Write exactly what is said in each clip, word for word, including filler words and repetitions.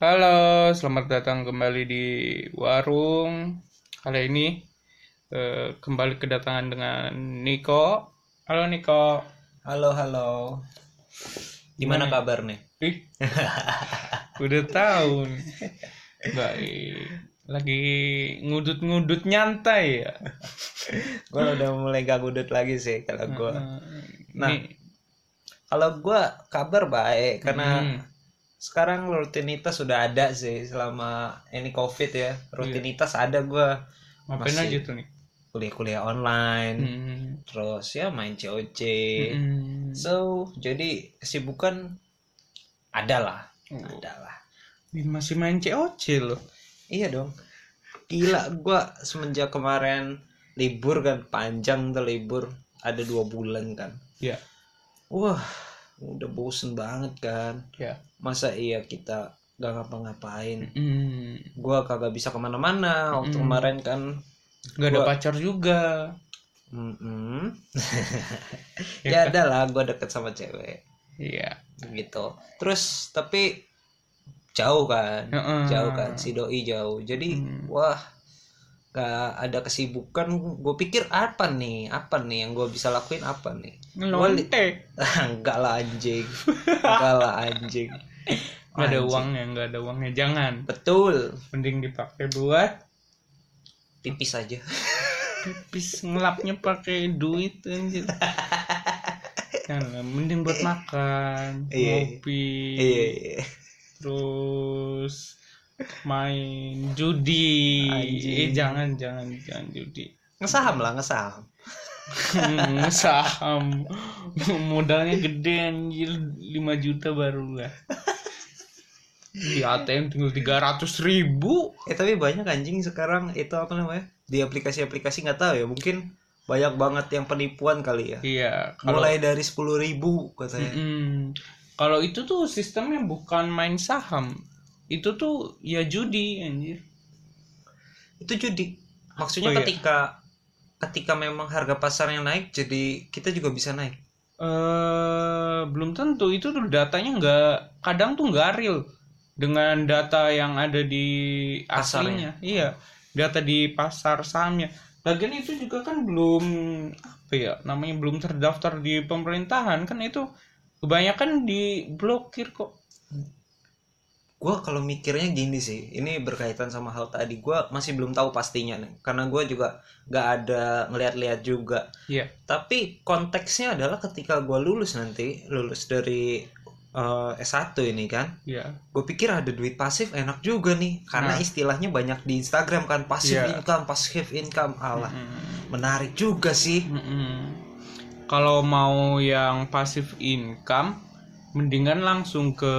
Halo, selamat datang kembali di warung. Kali ini eh, kembali kedatangan dengan Niko. Halo Niko. Halo, halo. Gimana Gimana? kabar nih? Ih, udah tahu nih. Baik. Lagi ngudut-ngudut nyantai ya. Gue udah mulai gak gudut lagi sih kalau gue. Heeh. Nah, Ini kalau gue kabar baik karena hmm, sekarang rutinitas sudah ada sih selama ini COVID ya. Rutinitas ada gue ngapain aja masih tuh nih? kuliah-kuliah online, Hmm, terus ya main C O C. hmm. So, jadi kesibukan ada lah, Oh, ada lah. masih main C O C loh. Iya dong. Gila, gue semenjak kemarin libur kan panjang tuh libur ada dua bulan kan. Ya, Wah, udah bosen banget kan. ya. Masa iya kita gak ngapa-ngapain. Hmm, Gua kagak bisa kemana-mana. Waktu Mm-mm. kemarin kan nggak ada Gua- pacar juga. mm-mm. Ya Ya kan? ada lah, gue deket sama cewek Iya. gitu. Terus tapi jauh kan, Heeh. jauh kan, si doi jauh. Jadi Hmm. wah, gak ada kesibukan. Gue pikir apa nih, apa nih yang gue bisa lakuin apa nih? Gua li- Ngelonte. Enggak lah anjing, enggak lah anjing. Nggak ada Anjing. uangnya, nggak ada uangnya. Jangan. Betul, Mending dipakai buat pipis aja. pipis, ngelapnya pakai duit anjir. Jangan, mending buat makan, Iya. ngopi, Iya, iya. terus main judi. Anjing. Eh jangan, jangan, jangan judi. Ngesaham lah, ngesaham. Hmm, saham modalnya gede anjir, lima juta baru lah. Di A T M tinggal tiga ratus ribu. Eh tapi banyak anjing sekarang itu apa namanya? Di aplikasi-aplikasi nggak tahu ya, mungkin banyak banget yang penipuan kali ya. Iya, kalau Mulai dari sepuluh ribu katanya. Mm-mm. Kalau itu tuh sistemnya bukan main saham. Itu tuh ya judi anjir. Itu judi. Maksudnya Oh, iya. ketika ketika memang harga pasarnya naik, jadi kita juga bisa naik. Eh belum tentu, itu tuh datanya nggak, kadang tuh nggak real dengan data yang ada di aslinya. Iya, data di pasar sahamnya. Lagian itu juga kan belum apa ya namanya, belum terdaftar di pemerintahan kan, itu kebanyakan diblokir kok. Gua kalau mikirnya gini sih, ini berkaitan sama hal tadi. Gua masih belum tahu pastinya nih, karena gua juga nggak ada ngeliat-liat juga. Iya. Tapi konteksnya adalah ketika gua lulus nanti, lulus dari eh, S satu ini kan, Iya. gue pikir ada duit pasif enak juga nih, karena Nah. istilahnya banyak di Instagram kan, passive Iya. income, passive income, alah, Mm-mm. menarik juga sih. Mm-mm. Kalau mau yang passive income, mendingan langsung ke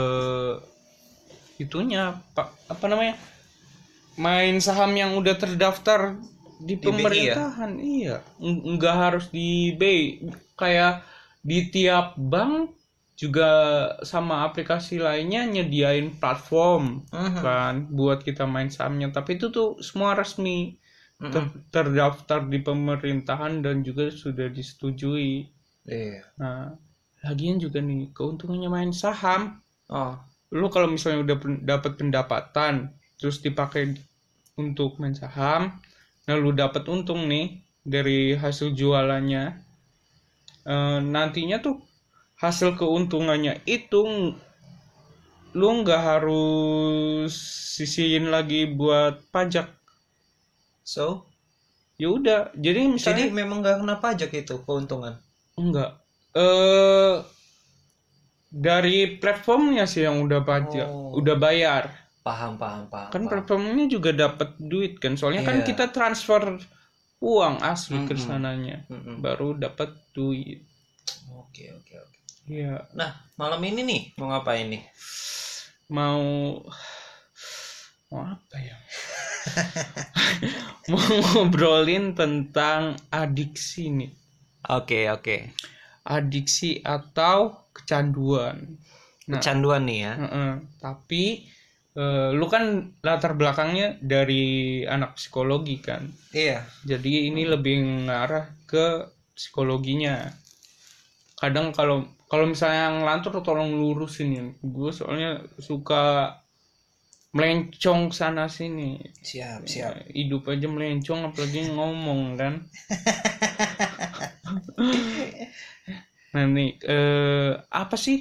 itunya, Pak, apa namanya? Main saham yang udah terdaftar di Di B I ya? pemerintahan. Iya, Ng- nggak harus di B I. Kayak di tiap bank juga sama aplikasi lainnya nyediain platform Mhm. kan buat kita main sahamnya, tapi itu tuh semua resmi. Mhm. Ter- terdaftar di pemerintahan dan juga sudah disetujui. Iya. Nah, lagian juga nih keuntungannya main saham. Oh, Lu kalau misalnya udah pen- dapat pendapatan terus dipakai untuk main saham, nah lu dapat untung nih dari hasil jualannya. Eh, nantinya tuh hasil keuntungannya itu lu nggak harus sisihin lagi buat pajak. so, Ya udah, jadi misalnya jadi memang nggak kena pajak itu keuntungan. enggak. Eh dari platformnya sih yang udah pajak, Oh. udah bayar. Paham, paham, paham. Kan paham. platformnya juga dapat duit kan. Soalnya kan Iya. kita transfer uang asli ke Mm-mm. sananya, Mm-mm. baru dapat duit. Oke, oke, oke. Iya, Nah, malam ini nih mau ngapain nih? mau mau apa ya? Mau ngobrolin tentang adiksi nih. Oke, oke. Adiksi atau kecanduan. Nah, Kecanduan nih ya. heeh. Tapi eh, lu kan latar belakangnya dari anak psikologi kan. Iya. Jadi ini lebih ngarah ke psikologinya. Kadang kalau kalau misalnya yang ngelantur tolong lurusin ya. Gue soalnya suka melencong sana sini. Siap, siap. Hidup aja melencong apalagi ngomong kan. Nah nih eh, apa sih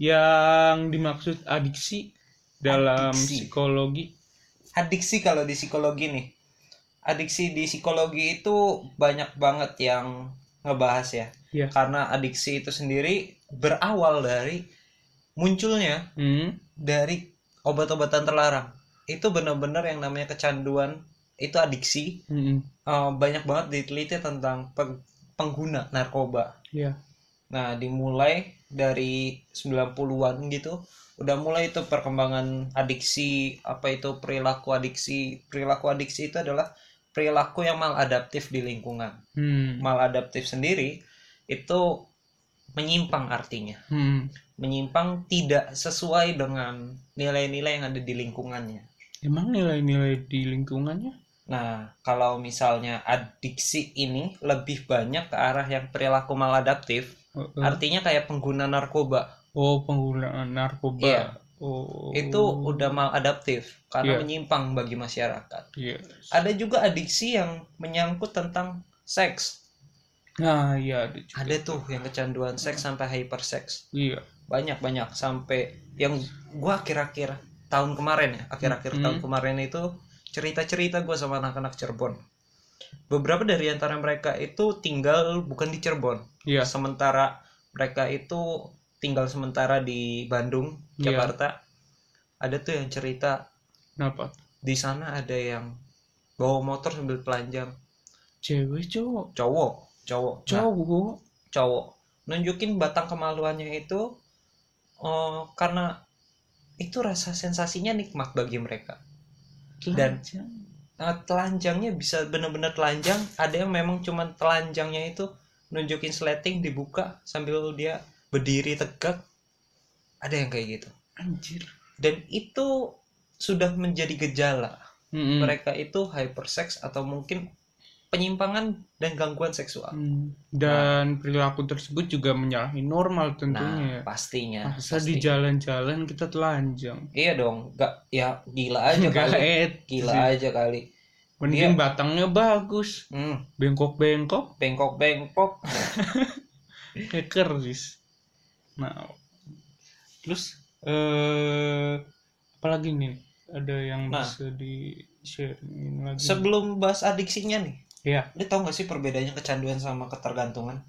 yang dimaksud adiksi dalam Adiksi. psikologi? Adiksi kalau di psikologi nih. Adiksi di psikologi itu banyak banget yang ngebahas ya. Iya. Karena adiksi itu sendiri berawal dari munculnya Hmm. dari obat-obatan terlarang. Itu benar-benar yang namanya kecanduan, itu adiksi. Hmm. Uh, banyak banget diteliti tentang peng- pengguna narkoba. Iya. Nah, dimulai dari sembilan puluhan gitu, udah mulai itu perkembangan adiksi, apa itu perilaku adiksi. Perilaku adiksi itu adalah perilaku yang maladaptif di lingkungan. Hmm. Maladaptif sendiri itu menyimpang artinya. Hmm. Menyimpang tidak sesuai dengan nilai-nilai yang ada di lingkungannya. Emang nilai-nilai di lingkungannya? Nah, kalau misalnya adiksi ini lebih banyak ke arah yang perilaku maladaptif, Uh, uh. artinya kayak pengguna narkoba. Oh, penggunaan narkoba. Iya. Oh. Itu udah maladaptif karena Iya. menyimpang bagi masyarakat. Yes. Ada juga adiksi yang menyangkut tentang seks. Nah, iya ada juga. Ada tuh yang kecanduan seks sampai hyperseks. Iya. Banyak-banyak sampai yang gua akhir-akhir tahun kemarin ya, akhir-akhir Hmm. tahun kemarin itu cerita-cerita gua sama anak-anak Cirebon. Beberapa dari antara mereka itu tinggal bukan di Cirebon. Iya. Sementara mereka itu tinggal sementara di Bandung, Iya. Jakarta. Ada tuh yang cerita Kenapa? di sana ada yang bawa motor sambil telanjang. Cewek cowok? Cowok, cowok. Nah, Cowok. cowok. Nunjukin batang kemaluannya itu oh, karena itu rasa sensasinya nikmat bagi mereka. Dan Telanjang. Nah, telanjangnya bisa benar-benar telanjang, ada yang memang cuman telanjangnya itu nunjukin sleting dibuka sambil dia berdiri tegak, ada yang kayak gitu. Anjir. Dan itu sudah menjadi gejala. Mm-mm. Mereka itu hypersex atau mungkin penyimpangan dan gangguan seksual. Hmm. Dan perilaku tersebut juga menyalahi normal tentunya. Nah, pastinya. Masa pasti. di jalan-jalan kita telanjang? Iya dong, gak ya gila aja Nggak kali. etis. Gila aja kali. Mending Dia- batangnya bagus, Hmm, bengkok-bengkok, bengkok-bengkok. kayak keris. Nah, terus eh apalagi nih? Ada yang Nah. bisa di sharing lagi? Sebelum bahas adiksinya nih, Ya, lu tau gak sih perbedaannya kecanduan sama ketergantungan?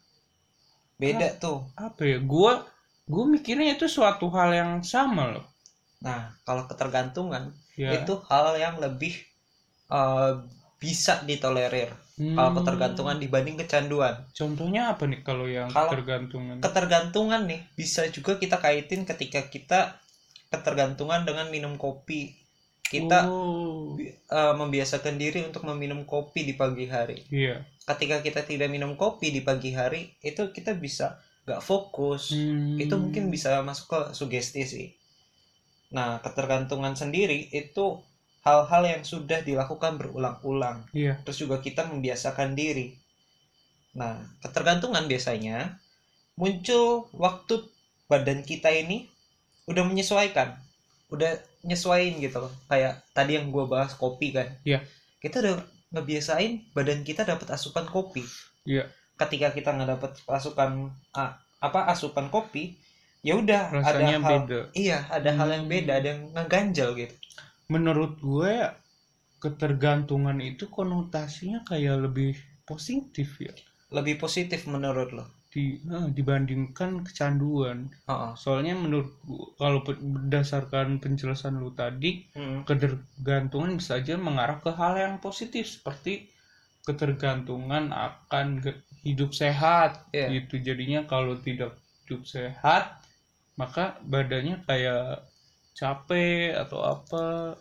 Beda tuh. apa ya? Gua, gua mikirnya itu suatu hal yang sama loh. Nah, kalau ketergantungan Ya. itu hal yang lebih uh, bisa ditolerir. Hmm. Kalau ketergantungan dibanding kecanduan. Contohnya apa nih kalau yang Kalau ketergantungan? Ketergantungan nih bisa juga kita kaitin ketika kita ketergantungan dengan minum kopi. Kita Oh, uh, membiasakan diri untuk meminum kopi di pagi hari. iya. Ketika kita tidak minum kopi di pagi hari, itu kita bisa gak fokus. Hmm. Itu mungkin bisa masuk ke sugesti sih. Nah, ketergantungan sendiri itu hal-hal yang sudah dilakukan berulang-ulang. Iya. Terus juga kita membiasakan diri. Nah, ketergantungan biasanya muncul waktu badan kita ini udah menyesuaikan. Udah nyesuaiin gitu loh. Kayak tadi yang gue bahas kopi kan. Iya. Kita udah ngebiasain badan kita dapat asupan kopi. Iya. Ketika kita nggak dapat asupan ah, apa asupan kopi, ya udah ada Rasanya hal beda. iya ada hal yang Hmm. beda, ada yang ngeganjel gitu. Menurut gue ketergantungan itu konotasinya kayak lebih positif ya Lebih positif menurut lo. di eh, dibandingkan kecanduan. Heeh. Soalnya menurut gue, kalau pe- berdasarkan penjelasan lu tadi, Mm. ketergantungan bisa aja mengarah ke hal yang positif seperti ketergantungan akan ge- hidup sehat. Iya. Gitu. Jadinya kalau tidak hidup sehat, maka badannya kayak capek atau apa.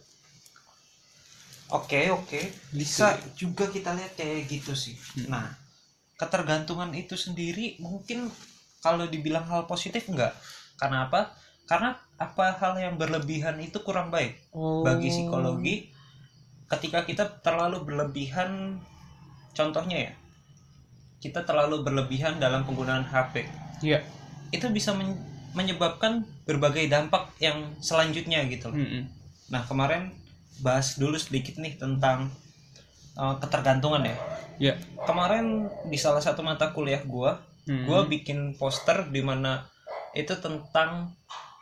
Oke, oke. Bisa juga kita lihat kayak gitu sih. Hmm. Nah, ketergantungan itu sendiri mungkin kalau dibilang hal positif enggak. Karena apa? Karena apa hal yang berlebihan itu kurang baik Oh. bagi psikologi. Ketika kita terlalu berlebihan, contohnya ya, kita terlalu berlebihan dalam penggunaan H P. Iya. Itu bisa men- menyebabkan berbagai dampak yang selanjutnya gitu loh. Mm-mm. Nah kemarin bahas dulu sedikit nih tentang uh, ketergantungan ya. Ya. Kemarin di salah satu mata kuliah gue, Hmm. gue bikin poster di mana itu tentang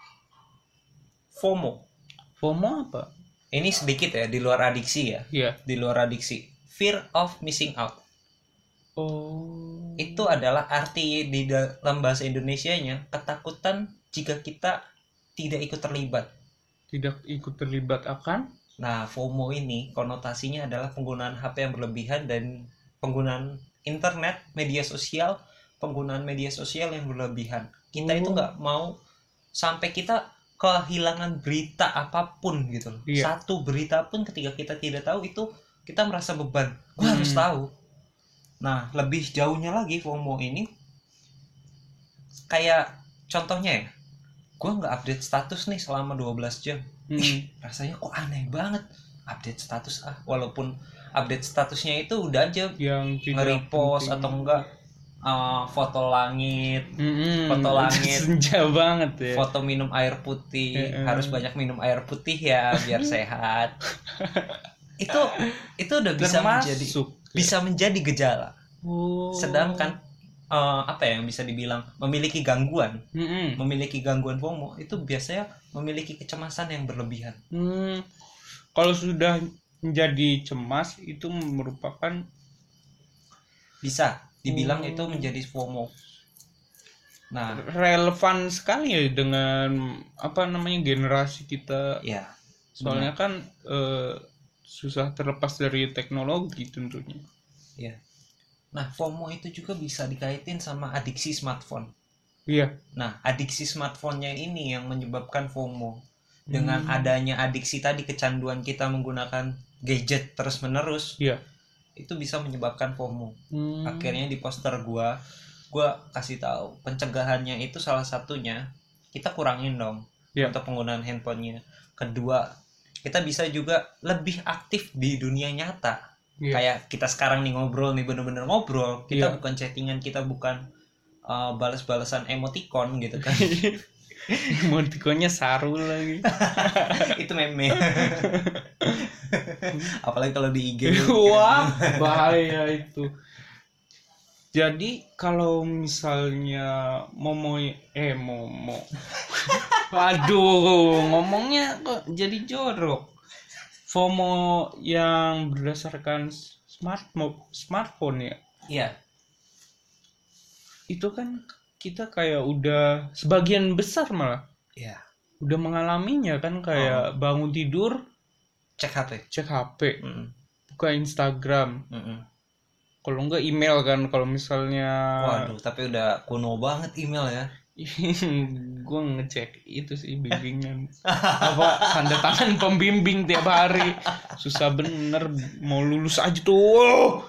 FOMO. FOMO apa? Ini sedikit ya di luar adiksi ya. Iya. Di luar adiksi. Fear of missing out. Oh. Itu adalah arti di dalam bahasa Indonesianya ketakutan jika kita tidak ikut terlibat. Tidak ikut terlibat akan? Nah, FOMO ini konotasinya adalah penggunaan H P yang berlebihan dan penggunaan internet, media sosial, penggunaan media sosial yang berlebihan. Kita Oh. itu nggak mau sampai kita kehilangan berita apapun gitu loh. Iya. Satu berita pun ketika kita tidak tahu itu kita merasa beban. Gue Hmm. harus tahu. Nah, lebih jauhnya lagi FOMO ini kayak contohnya ya, gue nggak update status nih selama dua belas jam. Hmm. Ih, rasanya kok aneh banget update status ah, walaupun update statusnya itu udah aja Yang tidak nge-repost penting. atau enggak uh, foto langit, Mm-mm. foto langit, senja banget ya. foto minum air putih, Mm-mm. harus banyak minum air putih ya biar sehat. Itu itu udah bisa menjadi Termasuk. bisa menjadi gejala. Oh. Sedangkan uh, apa ya yang bisa dibilang memiliki gangguan, Mm-mm. memiliki gangguan FOMO itu biasanya memiliki kecemasan yang berlebihan. Hmm. Kalau sudah menjadi cemas itu merupakan Bisa dibilang Oh. itu menjadi FOMO. Nah, relevan sekali ya dengan apa namanya generasi kita. ya. Soalnya kan eh, susah terlepas dari teknologi tentunya. Ya. Nah, FOMO itu juga bisa dikaitin sama adiksi smartphone. Iya. Nah, adiksi smartphone-nya ini yang menyebabkan FOMO. Dengan Hmm. adanya adiksi tadi, kecanduan kita menggunakan gadget terus-menerus, Iya. itu bisa menyebabkan FOMO. Hmm. Akhirnya di poster gua, gua kasih tahu pencegahannya itu salah satunya kita kurangin dong Iya. untuk penggunaan handphonenya. Kedua, kita bisa juga lebih aktif di dunia nyata. Iya. Kayak kita sekarang nih ngobrol nih, bener-bener ngobrol. Kita Iya. bukan chattingan, kita bukan uh, balas-balasan emoticon gitu kan. Emotikonnya saru lagi. Itu meme. Apalagi kalau di I G. Wah, bahaya itu. Jadi kalau misalnya Momo eh Momo. Waduh, ngomongnya kok jadi jorok. FOMO yang berdasarkan smartphone smartphone ya. Iya. Itu kan kita kayak udah sebagian besar malah Iya. udah mengalaminya kan, kayak bangun tidur Cek H P. cek H P, Mm-mm. buka Instagram, Mm-mm. kalau enggak email kan, kalau misalnya Waduh, tapi udah kuno banget email ya. gue ngecek itu sih bimbingan apa tanda tangan pembimbing tiap hari, susah bener mau lulus aja tuh.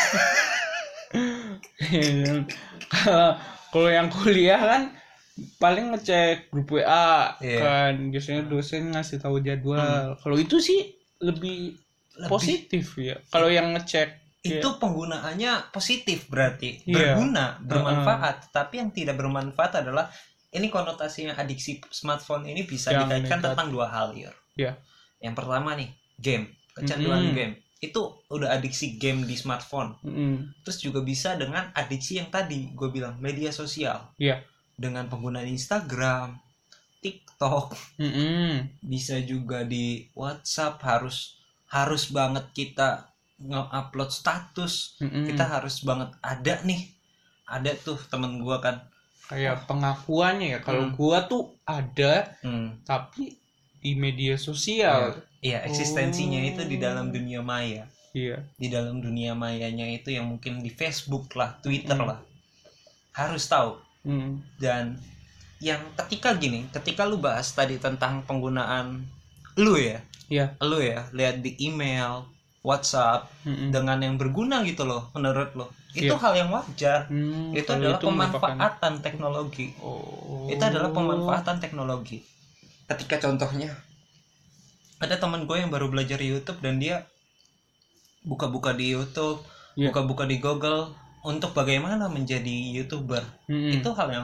Kalau kalau yang kuliah kan paling ngecek grup W A. Iya. Kan biasanya dosen ngasih tahu jadwal. Kalau itu sih lebih, Lebih- positif ya. Kalau yang ngecek Itu penggunaannya positif berarti. Iya. Berguna, bermanfaat. Tapi yang tidak bermanfaat adalah ini konotasinya adiksi smartphone ini bisa Yang dikaitkan negatif. tentang dua hal, Yor. Iya. Yang pertama nih, game, kecanduan Mm-mm. game. Itu udah adiksi game di smartphone. mm, Terus juga bisa dengan adiksi yang tadi gue bilang, media sosial. Iya. Dengan penggunaan Instagram, TikTok, mm-mm. bisa juga di WhatsApp, harus harus banget kita nge-upload status. Mm-mm. Kita harus banget ada nih. Ada tuh temen gue kan. Kayak pengakuannya ya. Kalau Hmm. gua tuh ada Hmm, tapi di media sosial. iya, eksistensinya Oh. itu di dalam dunia maya. Iya. Di dalam dunia mayanya itu yang mungkin di Facebook lah, Twitter Hmm. lah. Harus tahu. Mm. Dan yang ketika gini, ketika lu bahas tadi tentang penggunaan lu ya, Iya. lu ya, lihat di email, WhatsApp Mm-mm. dengan yang berguna gitu loh, menurut lo. Itu Iya. hal yang wajar. Hmm, Itu kalau adalah merupakan- pemanfaatan teknologi. Oh. Itu adalah pemanfaatan teknologi. Ketika contohnya ada teman gue yang baru belajar YouTube dan dia buka-buka di YouTube, Iya. buka-buka di Google untuk bagaimana menjadi YouTuber. Mm-mm. Itu hal yang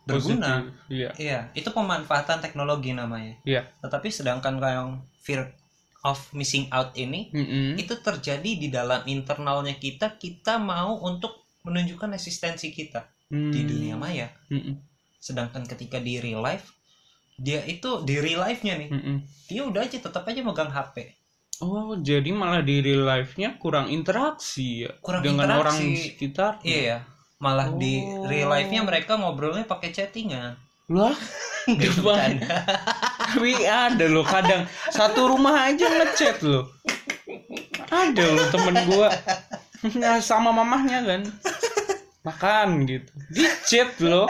berguna. Positif, iya. Iya, itu pemanfaatan teknologi namanya. Iya. Tetapi sedangkan yang fear of missing out ini Mm-mm. itu terjadi di dalam internalnya kita, kita mau untuk menunjukkan eksistensi kita Mm. di dunia maya. Mm-mm. Sedangkan ketika di real life, dia itu di real life-nya nih, Mm-mm. dia udah aja tetap aja megang H P. Oh, jadi malah di real life-nya kurang interaksi ya Kurang dengan interaksi. orang sekitar. Iya, malah Oh. di real life-nya mereka ngobrolnya pakai chattingan. Lah, Nggak gimana? bercanda. Tapi ada loh kadang satu rumah aja ngechat loh. Ada loh temen gua ya, sama mamahnya kan makan gitu di chat loh.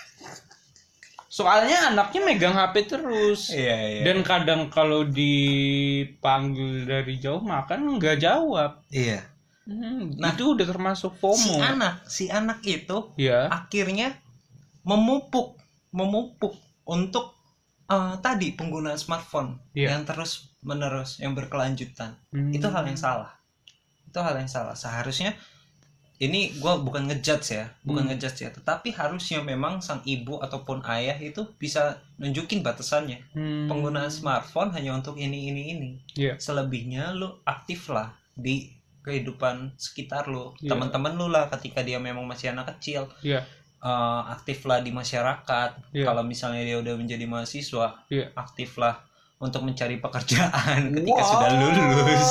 Soalnya anaknya megang H P terus. Iya, iya. Dan kadang kalau dipanggil dari jauh makan nggak jawab. Iya. Hmm, Nah, itu udah termasuk Si FOMO. anak, si anak itu Ya. akhirnya memupuk, memupuk untuk eh, tadi penggunaan smartphone Iya. yang terus menerus, yang berkelanjutan. Hmm. Itu hal yang salah. Itu hal yang salah. Seharusnya ini gue bukan ngejudge ya, bukan Hmm. ngejudge ya, tetapi harusnya memang sang ibu ataupun ayah itu bisa nunjukin batasannya. Hmm. Penggunaan smartphone hanya untuk ini ini ini. Iya. Selebihnya lu aktif lah di kehidupan sekitar lu, Iya. teman-teman lu lah ketika dia memang masih anak kecil. Iya. Eh, aktiflah di masyarakat. Iya. Kalau misalnya dia udah menjadi mahasiswa, Iya. aktiflah untuk mencari pekerjaan ketika Wow. sudah lulus.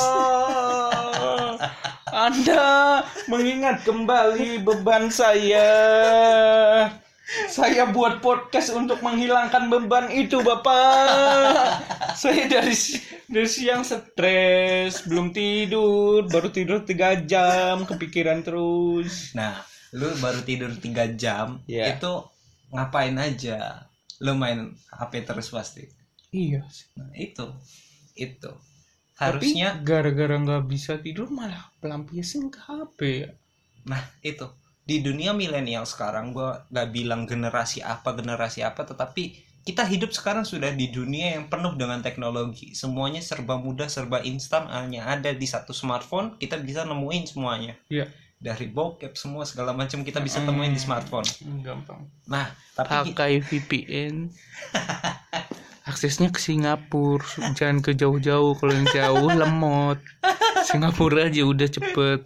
Anda mengingat kembali beban saya. Saya buat podcast untuk menghilangkan beban itu, Bapak. Saya dari si- dari siang stres, belum tidur, baru tidur tiga jam, kepikiran terus. Nah, lu baru tidur tiga jam, Iya. itu ngapain aja? Lu main H P terus pasti. Iya. Nah, itu. Itu. Tapi Harusnya gara-gara nggak bisa tidur malah pelampiasin ke H P ya. nah, itu. Di dunia milenial sekarang, gua gak bilang generasi apa, generasi apa, tetapi kita hidup sekarang sudah di dunia yang penuh dengan teknologi. Semuanya serba mudah, serba instan, hanya ada di satu smartphone, kita bisa nemuin semuanya. Iya. Dari bokep semua segala macam kita bisa temuin di smartphone. Gampang. Nah, tapi Pakai V P N. Aksesnya ke Singapura, jangan ke jauh-jauh. Kalau yang jauh lemot. Singapura aja udah cepet.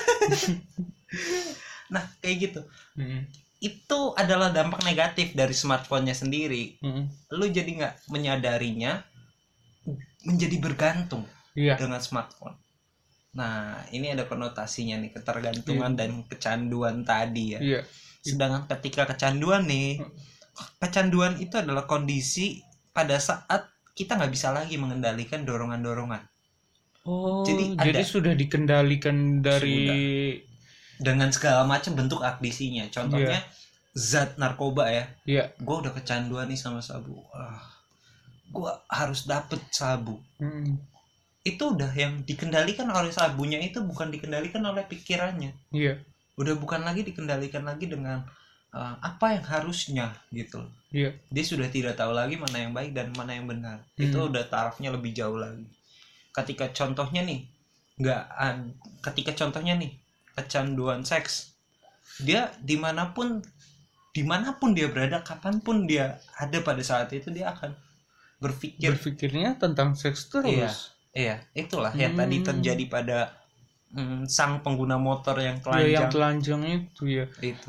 nah kayak gitu. Mm. Itu adalah dampak negatif dari smartphone-nya sendiri. Mm. Lu jadi nggak menyadarinya, menjadi bergantung Iya. dengan smartphone. Nah, ini ada konotasinya nih, ketergantungan Iya. dan kecanduan tadi ya. Iya. Sedangkan ketika kecanduan nih, kecanduan itu adalah kondisi pada saat kita nggak bisa lagi mengendalikan dorongan-dorongan. Oh, Jadi jadi, ada- sudah dikendalikan dari. Dengan segala macam bentuk aktisinya. Contohnya zat narkoba ya. Iya. Gue udah kecanduan nih sama sabu. Ah, gue harus dapet sabu. Mm. Itu udah yang dikendalikan oleh sabunya, itu bukan dikendalikan oleh pikirannya. Iya. Udah bukan lagi dikendalikan lagi dengan uh, apa yang harusnya gitu. Iya. Dia sudah tidak tahu lagi mana yang baik dan mana yang benar. Hmm. Itu udah tarafnya lebih jauh lagi. Ketika contohnya nih, nggak ad- ketika contohnya nih kecanduan seks, dia dimanapun dimanapun dia berada, kapanpun dia ada pada saat itu, dia akan berpikir. Berpikirnya tentang seks terus. Iya, iya, itulah yang Hmm. tadi terjadi pada mm, sang pengguna motor yang Ya, telanjang. yang telanjang itu ya. Itu.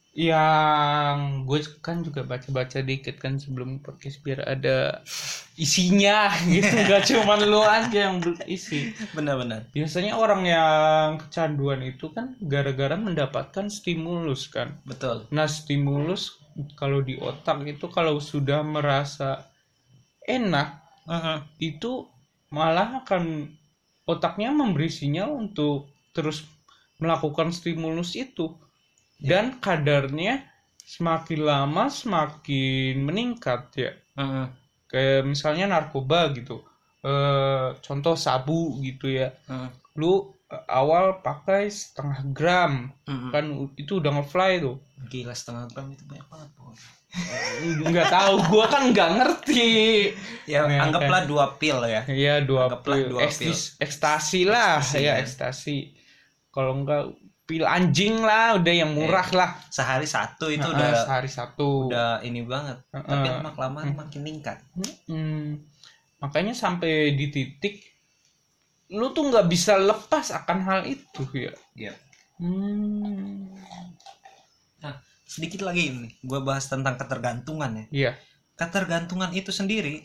Yang gue kan juga baca-baca dikit kan sebelum podcast biar ada isinya gitu, gak cuma lu aja yang berisi. Benar-benar. Biasanya orang yang kecanduan itu kan gara-gara mendapatkan stimulus kan. Betul. Nah, stimulus kalau di otak itu kalau sudah merasa enak, Uh-huh. itu malah akan otaknya memberi sinyal untuk terus melakukan stimulus itu. Dan kadarnya semakin lama semakin meningkat ya. Uh-huh. Kayak misalnya narkoba gitu. Eh, contoh sabu gitu ya. Uh-huh. Lu eh, awal pakai setengah gram, Uh-huh. kan itu udah nge-fly tuh. Gila, setengah gram itu banyak banget, Boy. Nggak tahu, gua kan nggak ngerti. Ya, Nah, anggaplah dua pil ya. Iya, dua Anggaplah pil. dua Ekstis- ekstasi lah, Ekstasi, ya kan? ekstasi. Kalau enggak pil anjing lah, udah yang murah Eh, lah. Sehari satu itu Heeh, udah sehari satu. udah ini banget. Heeh. Tapi lama kelamaan makin meningkat. Hmm. Makanya sampai di titik lu tuh nggak bisa lepas akan hal itu ya. Iya. Hmm. Nah, sedikit lagi nih, gue bahas tentang ketergantungan ya. Iya. Ketergantungan itu sendiri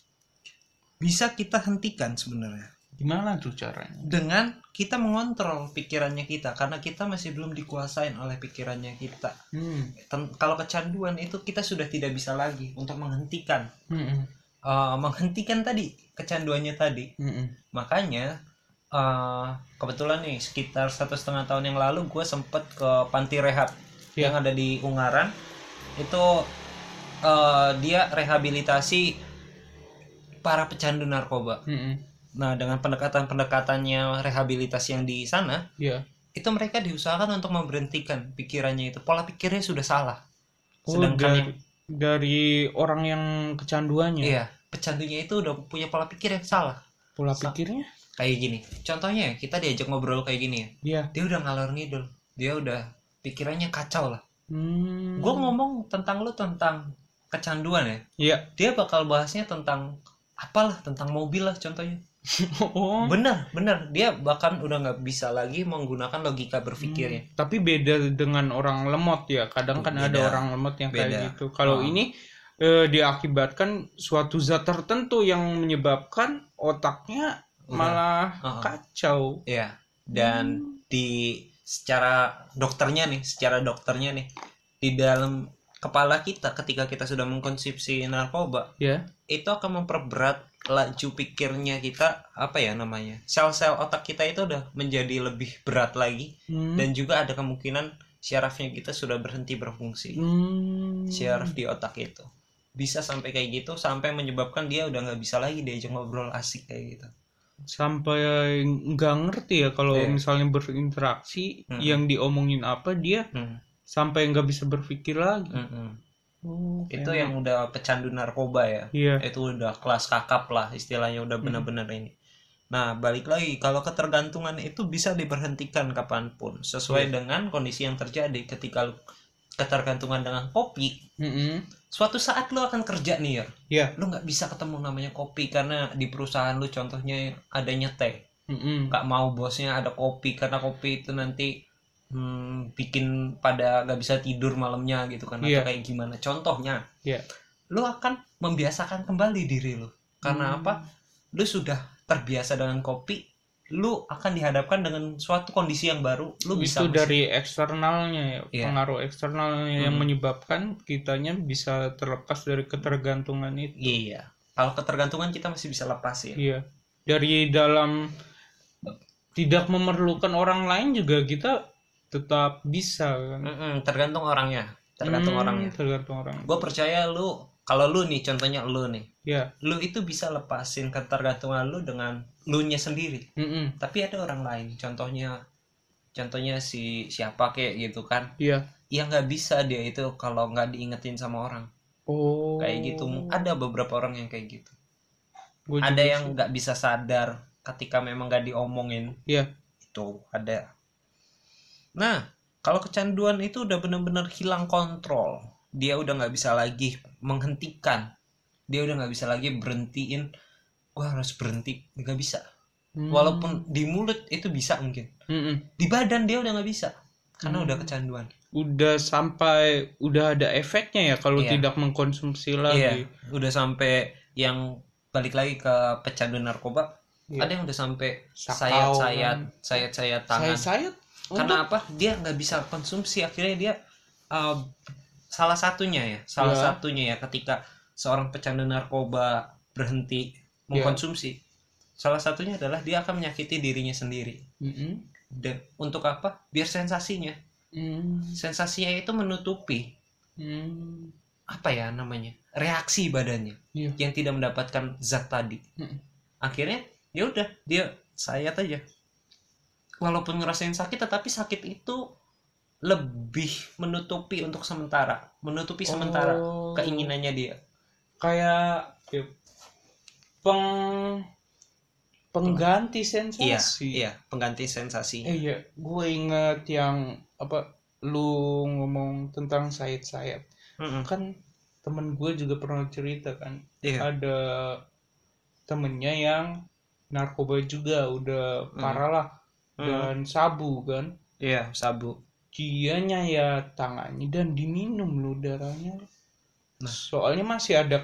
bisa kita hentikan sebenarnya Gimana tuh caranya? dengan kita mengontrol pikirannya kita, karena kita masih belum dikuasain oleh pikirannya kita. Hmm. Ten- kalau kecanduan itu kita sudah tidak bisa lagi untuk menghentikan Hmm. uh, menghentikan tadi kecanduannya tadi. Hmm. Makanya uh, kebetulan nih sekitar satu setengah tahun yang lalu gue sempet ke panti rehab Ya. yang ada di Ungaran. Itu uh, dia rehabilitasi para pecandu narkoba. Hmm. Nah, dengan pendekatan-pendekatannya rehabilitasi yang di sana, Iya. itu mereka diusahakan untuk memberhentikan pikirannya itu. Pola pikirnya sudah salah. Oh, Sedangkan dari, yang dari orang yang kecanduannya. iya, pecandunya itu udah punya pola pikir yang salah. Pola Sa- pikirnya? Kayak gini. Contohnya ya, kita diajak ngobrol kayak gini ya. Iya. Dia udah ngalor ngidul. Dia udah pikirannya kacau lah. Hmm. Gue ngomong tentang lu tentang kecanduan ya. Iya. Dia bakal bahasnya tentang apalah, tentang mobil lah contohnya. Oh. Bener, bener. Dia bahkan udah nggak bisa lagi menggunakan logika berpikirnya. Hmm, tapi beda dengan orang lemot ya. Kadang kan Beda. ada orang lemot yang Beda. kayak gitu. Kalau Oh. ini eh, diakibatkan suatu zat tertentu yang menyebabkan otaknya Udah. malah Oh. kacau. Ya, dan Hmm. di secara dokternya nih, secara dokternya nih, di dalam kepala kita ketika kita sudah mengkonsumsi narkoba, Ya. itu akan memperberat laju pikirnya kita, apa ya namanya, sel-sel otak kita itu udah menjadi lebih berat lagi. Hmm. Dan juga ada kemungkinan syarafnya kita sudah berhenti berfungsi. Hmm. Syaraf di otak itu bisa sampai kayak gitu, sampai menyebabkan dia udah nggak bisa lagi diajak ngobrol asik kayak gitu. Sampai nggak ngerti ya kalau Iya. misalnya berinteraksi Mm-mm. yang diomongin apa dia Hmm. sampai nggak bisa berpikir lagi. Mm-mm. Oh, Itu kayak- yang udah pecandu narkoba ya. Iya. Itu udah kelas kakap lah istilahnya, udah benar-benar ini. Nah, balik lagi, kalau ketergantungan itu bisa diberhentikan kapanpun sesuai Iya. dengan kondisi yang terjadi. Ketika lu ketergantungan dengan kopi, Mm-mm. suatu saat lu akan kerja nih ya, Iya. lu nggak bisa ketemu namanya kopi karena di perusahaan lu contohnya adanya teh. Mm-mm. Nggak mau bosnya ada kopi karena kopi itu nanti hmm, bikin pada nggak bisa tidur malamnya gitu kan, Iya. atau kayak gimana. Contohnya, Iya. lu akan membiasakan kembali diri lu. Karena Hmm. apa? Lu sudah terbiasa dengan kopi, lu akan dihadapkan dengan suatu kondisi yang baru. Lu bisa Itu dari eksternalnya ya, Iya. pengaruh eksternalnya yang Hmm. menyebabkan kitanya bisa terlepas dari ketergantungan itu. Iya. Kalau ketergantungan kita masih bisa lepas ya. Iya. Dari dalam tidak memerlukan orang lain juga kita tetap bisa kan. Mm-mm, tergantung orangnya, tergantung Hmm, orangnya. Tergantung orang. Gue percaya lu, kalau lu nih, contohnya lu nih, Ya. lu itu bisa lepasin ketergantungan lu dengan lu nya sendiri. Mm-mm. Tapi ada orang lain, contohnya, contohnya si siapa kayak gitu kan, Iya. yang nggak bisa dia itu kalau nggak diingetin sama orang. Oh. Kayak gitu. Ada beberapa orang yang kayak gitu. Gua Ada juga yang sih. nggak bisa sadar ketika memang nggak diomongin. Iya. Itu ada. Nah, kalau kecanduan itu udah benar-benar hilang kontrol, dia udah nggak bisa lagi menghentikan, dia udah nggak bisa lagi berhentiin. Wah, harus berhenti, nggak bisa. Hmm. Walaupun di mulut itu bisa mungkin, Mm-mm. di badan dia udah nggak bisa karena Hmm. udah kecanduan. Udah sampai udah ada efeknya ya kalau Iya. tidak mengkonsumsi Iya, lagi. udah sampai yang balik lagi ke pecandu narkoba. Iya. Ada yang udah sampai Sakau, sayat-sayat, kan. sayat-sayat tangan. Saya-saya Karena apa? Dia nggak bisa konsumsi, akhirnya dia uh, salah satunya ya, salah Ya. satunya ya ketika seorang pecandu narkoba berhenti Ya. mengkonsumsi, salah satunya adalah dia akan menyakiti dirinya sendiri. Mm-mm. Dan untuk apa? Biar sensasinya, Mm. sensasinya itu menutupi Mm. apa ya namanya, reaksi badannya Iya. yang tidak mendapatkan zat tadi. Mm. Akhirnya ya udah dia sayat aja. Walaupun ngerasain sakit, tetapi sakit itu lebih menutupi untuk sementara, menutupi sementara Oh. keinginannya dia. Kayak ya, peng pengganti Iya, sensasi. iya, pengganti sensasi. Eh iya, gue inget yang apa lu ngomong tentang sayap-sayap. Mm-mm. Kan temen gue juga pernah cerita kan, Iya. ada temennya yang narkoba juga udah Mm. parah lah, Mm. dan sabu kan. Iya, sabu. Dia nyayat tangannya dan diminum lu darahnya. Nah. Soalnya masih ada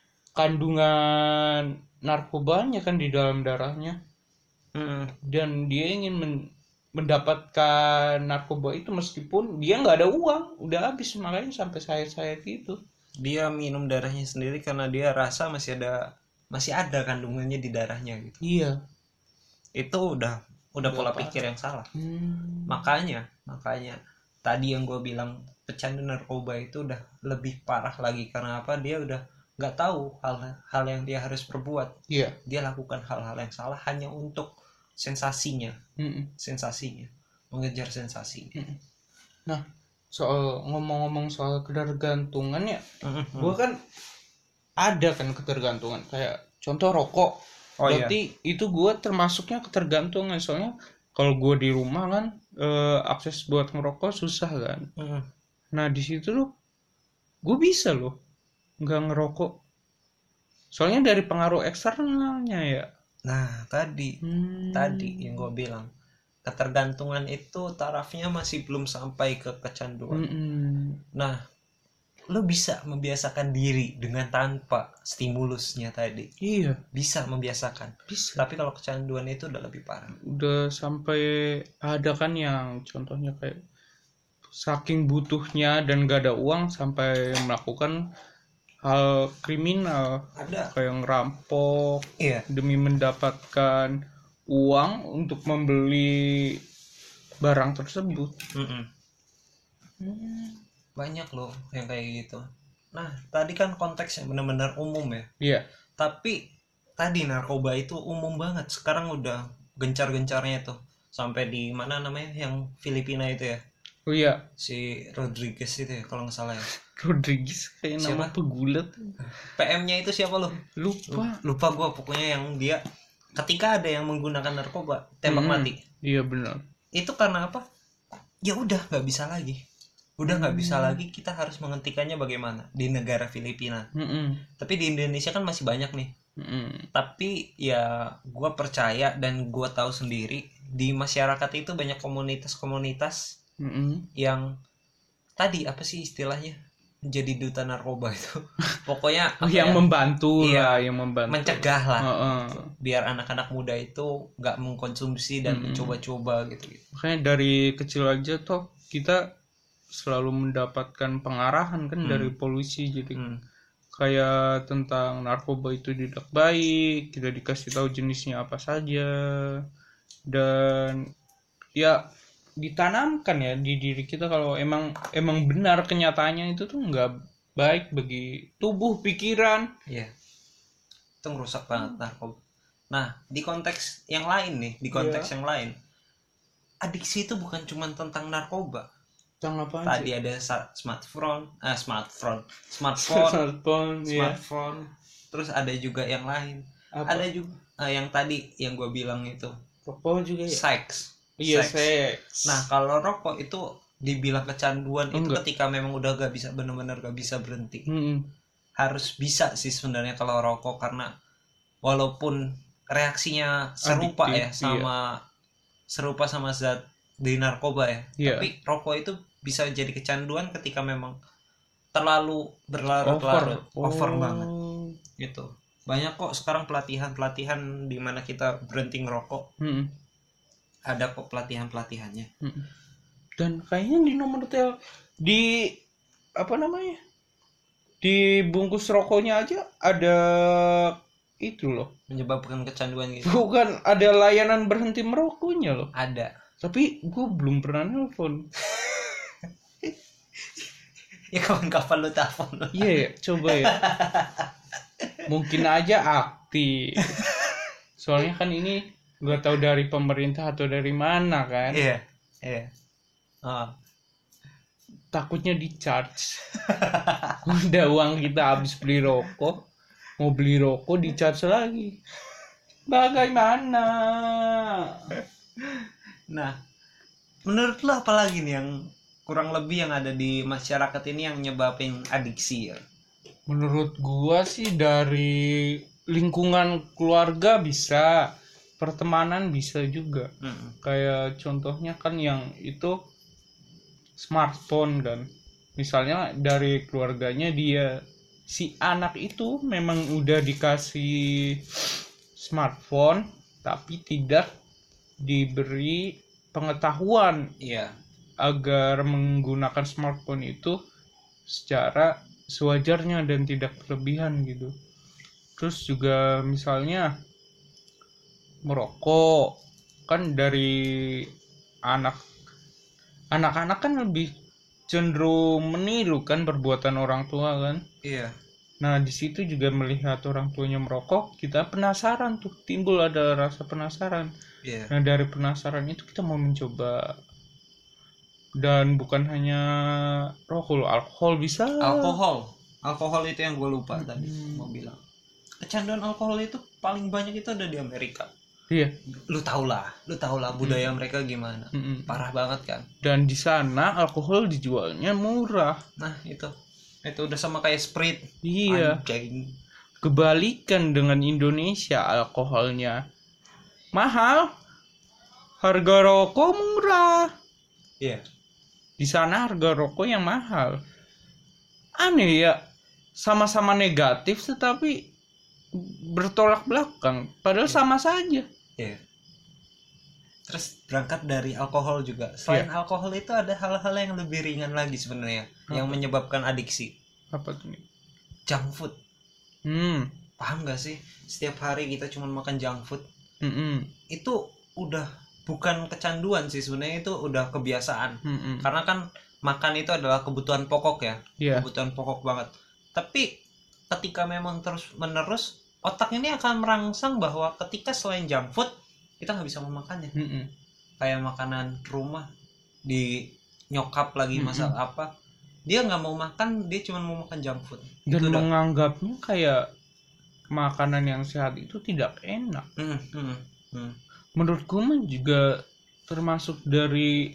kandungan narkobanya kan di dalam darahnya. Mm-mm. Dan dia ingin men- mendapatkan narkoba itu meskipun dia nggak ada uang, udah habis, makanya sampai sayat-sayat gitu. Dia minum darahnya sendiri karena dia rasa masih ada masih ada kandungannya di darahnya gitu. Iya. Itu udah udah Udah pola parah. pikir yang salah. Hmm. Makanya, makanya tadi yang gue bilang pecandu narkoba itu udah lebih parah lagi karena apa? Dia udah nggak tahu hal-hal yang dia harus perbuat. Iya. Dia lakukan hal-hal yang salah hanya untuk sensasinya, Mm-mm. sensasinya, mengejar sensasinya. Mm-mm. Nah, soal ngomong-ngomong soal ketergantungan ya, Mm-mm. gue kan ada kan ketergantungan, kayak contoh rokok. Oh, berarti iya. itu gue termasuknya ketergantungan, soalnya kalau gue di rumah kan eh, akses buat ngerokok susah kan. Mm-mm. Nah di situ loh gue bisa loh nggak ngerokok, soalnya dari pengaruh eksternalnya ya. Nah, tadi Hmm. tadi yang gue bilang, ketergantungan itu tarafnya masih belum sampai ke kecanduan. Mm-mm. Nah, lo bisa membiasakan diri dengan tanpa stimulusnya tadi. Iya, Bisa membiasakan. bisa. Tapi kalau kecanduan itu udah lebih parah. Udah sampai ada kan yang contohnya kayak saking butuhnya dan gak ada uang sampai melakukan hal kriminal, Ada. kayak ngerampok Iya. demi mendapatkan uang untuk membeli barang tersebut. Mm-mm. Hmm. Banyak loh yang kayak gitu. Nah, tadi kan konteksnya benar-benar umum ya. Iya. Tapi tadi narkoba itu umum banget. Sekarang udah gencar-gencarnya tuh. Sampai di mana namanya yang Filipina itu ya. Oh iya, Si Rodriguez itu ya kalau nggak salah ya. Rodriguez kayak nama Siapa? pegulat. P M-nya itu siapa lo? Lupa. Lupa gue, pokoknya yang dia ketika ada yang menggunakan narkoba tembak Mm-mm. mati. Iya benar. Itu karena apa? Ya udah nggak bisa lagi. Udah nggak bisa lagi, kita harus menghentikannya bagaimana di negara Filipina. Mm-mm. Tapi di Indonesia kan masih banyak nih. Mm-mm. Tapi ya gue percaya dan gue tahu sendiri di masyarakat itu banyak komunitas-komunitas Mm-mm. yang tadi apa sih istilahnya, jadi duta narkoba itu. Pokoknya Oh, apa yang ya? membantu Iya, lah, yang membantu. mencegah lah. Heeh. Biar anak-anak muda itu nggak mengkonsumsi dan Mm-mm. mencoba-coba gitu. Makanya dari kecil aja toh kita selalu mendapatkan pengarahan kan Hmm. dari polisi, jadi Hmm. kayak tentang narkoba itu tidak baik, kita dikasih tahu jenisnya apa saja, dan ya ditanamkan ya di diri kita kalau emang emang benar kenyataannya itu tuh nggak baik bagi tubuh, pikiran. Iya. Itu merusak banget narkoba. Nah, di konteks yang lain nih, di konteks Iya. yang lain, adiksi itu bukan cuma tentang narkoba. Tentang apa Tadi sih? ada sa- smartphone, ah smartphone, smartphone, Smartphone, ya. smartphone. Terus ada juga yang lain. Apa? Ada juga ah, yang tadi yang gue bilang itu, Rokok juga ya. seks. Iya, Seks. seks. Nah, kalau rokok itu dibilang kecanduan itu Enggak. ketika memang udah gak bisa, benar-benar gak bisa berhenti. Mm-mm. Harus bisa sih sebenarnya kalau rokok, karena walaupun reaksinya serupa Adiktif, ya sama serupa sama zat di narkoba ya, Iya. tapi rokok itu bisa jadi kecanduan ketika memang terlalu berlarut-larut, over, over Oh. banget gitu. Banyak kok sekarang pelatihan-pelatihan di mana kita berhenti ngerokok. Mm-mm. Ada kok pelatihan-pelatihannya. Mm-mm. Dan kayaknya di nomor tel di apa namanya, di bungkus rokoknya aja ada itu loh, Menyebabkan kecanduan gitu. bukan ada layanan berhenti merokoknya loh. Ada. Tapi gue belum pernah nelpon. Ya kapan-kapan lu telepon. Iya ya, coba ya. Mungkin aja aktif. Soalnya kan ini gak tahu dari pemerintah atau dari mana kan. Iya. Iya. Oh. Takutnya di charge. Udah uang kita habis beli rokok, mau beli rokok di charge lagi. Bagaimana? Nah, menurut lo apa lagi nih yang kurang lebih yang ada di masyarakat ini yang nyebabin adiksi ya? Menurut gua sih dari lingkungan keluarga bisa, pertemanan bisa juga. Mm-mm. Kayak contohnya kan yang itu smartphone kan. Misalnya dari keluarganya dia si anak itu memang udah dikasih smartphone tapi tidak diberi pengetahuan Iya. agar menggunakan smartphone itu secara sewajarnya dan tidak berlebihan gitu. Terus juga misalnya merokok kan dari anak anak-anak kan lebih cenderung meniru kan perbuatan orang tua kan. Iya. Nah di situ juga melihat orang tuanya merokok, kita penasaran tuh, timbul ada rasa penasaran. Iya. Nah dari penasaran itu kita mau mencoba, dan bukan hanya rokok, alkohol bisa. Alkohol. Alkohol itu yang gue lupa Hmm. tadi mau bilang. Kecanduan alkohol itu paling banyak itu ada di Amerika. Iya. Lu tau lah, lu tau lah budaya hmm. mereka gimana. Mm-mm. Parah banget kan. Dan di sana alkohol dijualnya murah. Nah itu, itu udah sama kayak Sprite. Iya. Anjing. Kebalikan dengan Indonesia, alkoholnya mahal, harga rokok murah. Iya. Di sana harga rokok yang mahal. Aneh ya, sama-sama negatif tetapi bertolak belakang, padahal Iya. sama saja. Iya. Terus berangkat dari alkohol juga. Selain Iya. alkohol itu ada hal-hal yang lebih ringan lagi sebenarnya yang Apa? menyebabkan adiksi. Apa tuh nih? Junk food. Hmm. Paham gak sih? Setiap hari kita cuma makan junk food. Mm-mm. Itu udah bukan kecanduan sih sebenarnya, itu udah kebiasaan. Mm-mm. Karena kan makan itu adalah kebutuhan pokok ya. Iya. Kebutuhan pokok banget. Tapi ketika memang terus menerus, otak ini akan merangsang bahwa ketika selain junk food kita nggak bisa memakannya. Mm-mm. Kayak makanan rumah di nyokap lagi Mm-mm. masak apa, dia nggak mau makan, dia cuma mau makan junk food. Dan Itu udah. menganggapnya kayak makanan yang sehat itu tidak enak. Hmm, hmm, hmm. Menurutku mah juga termasuk dari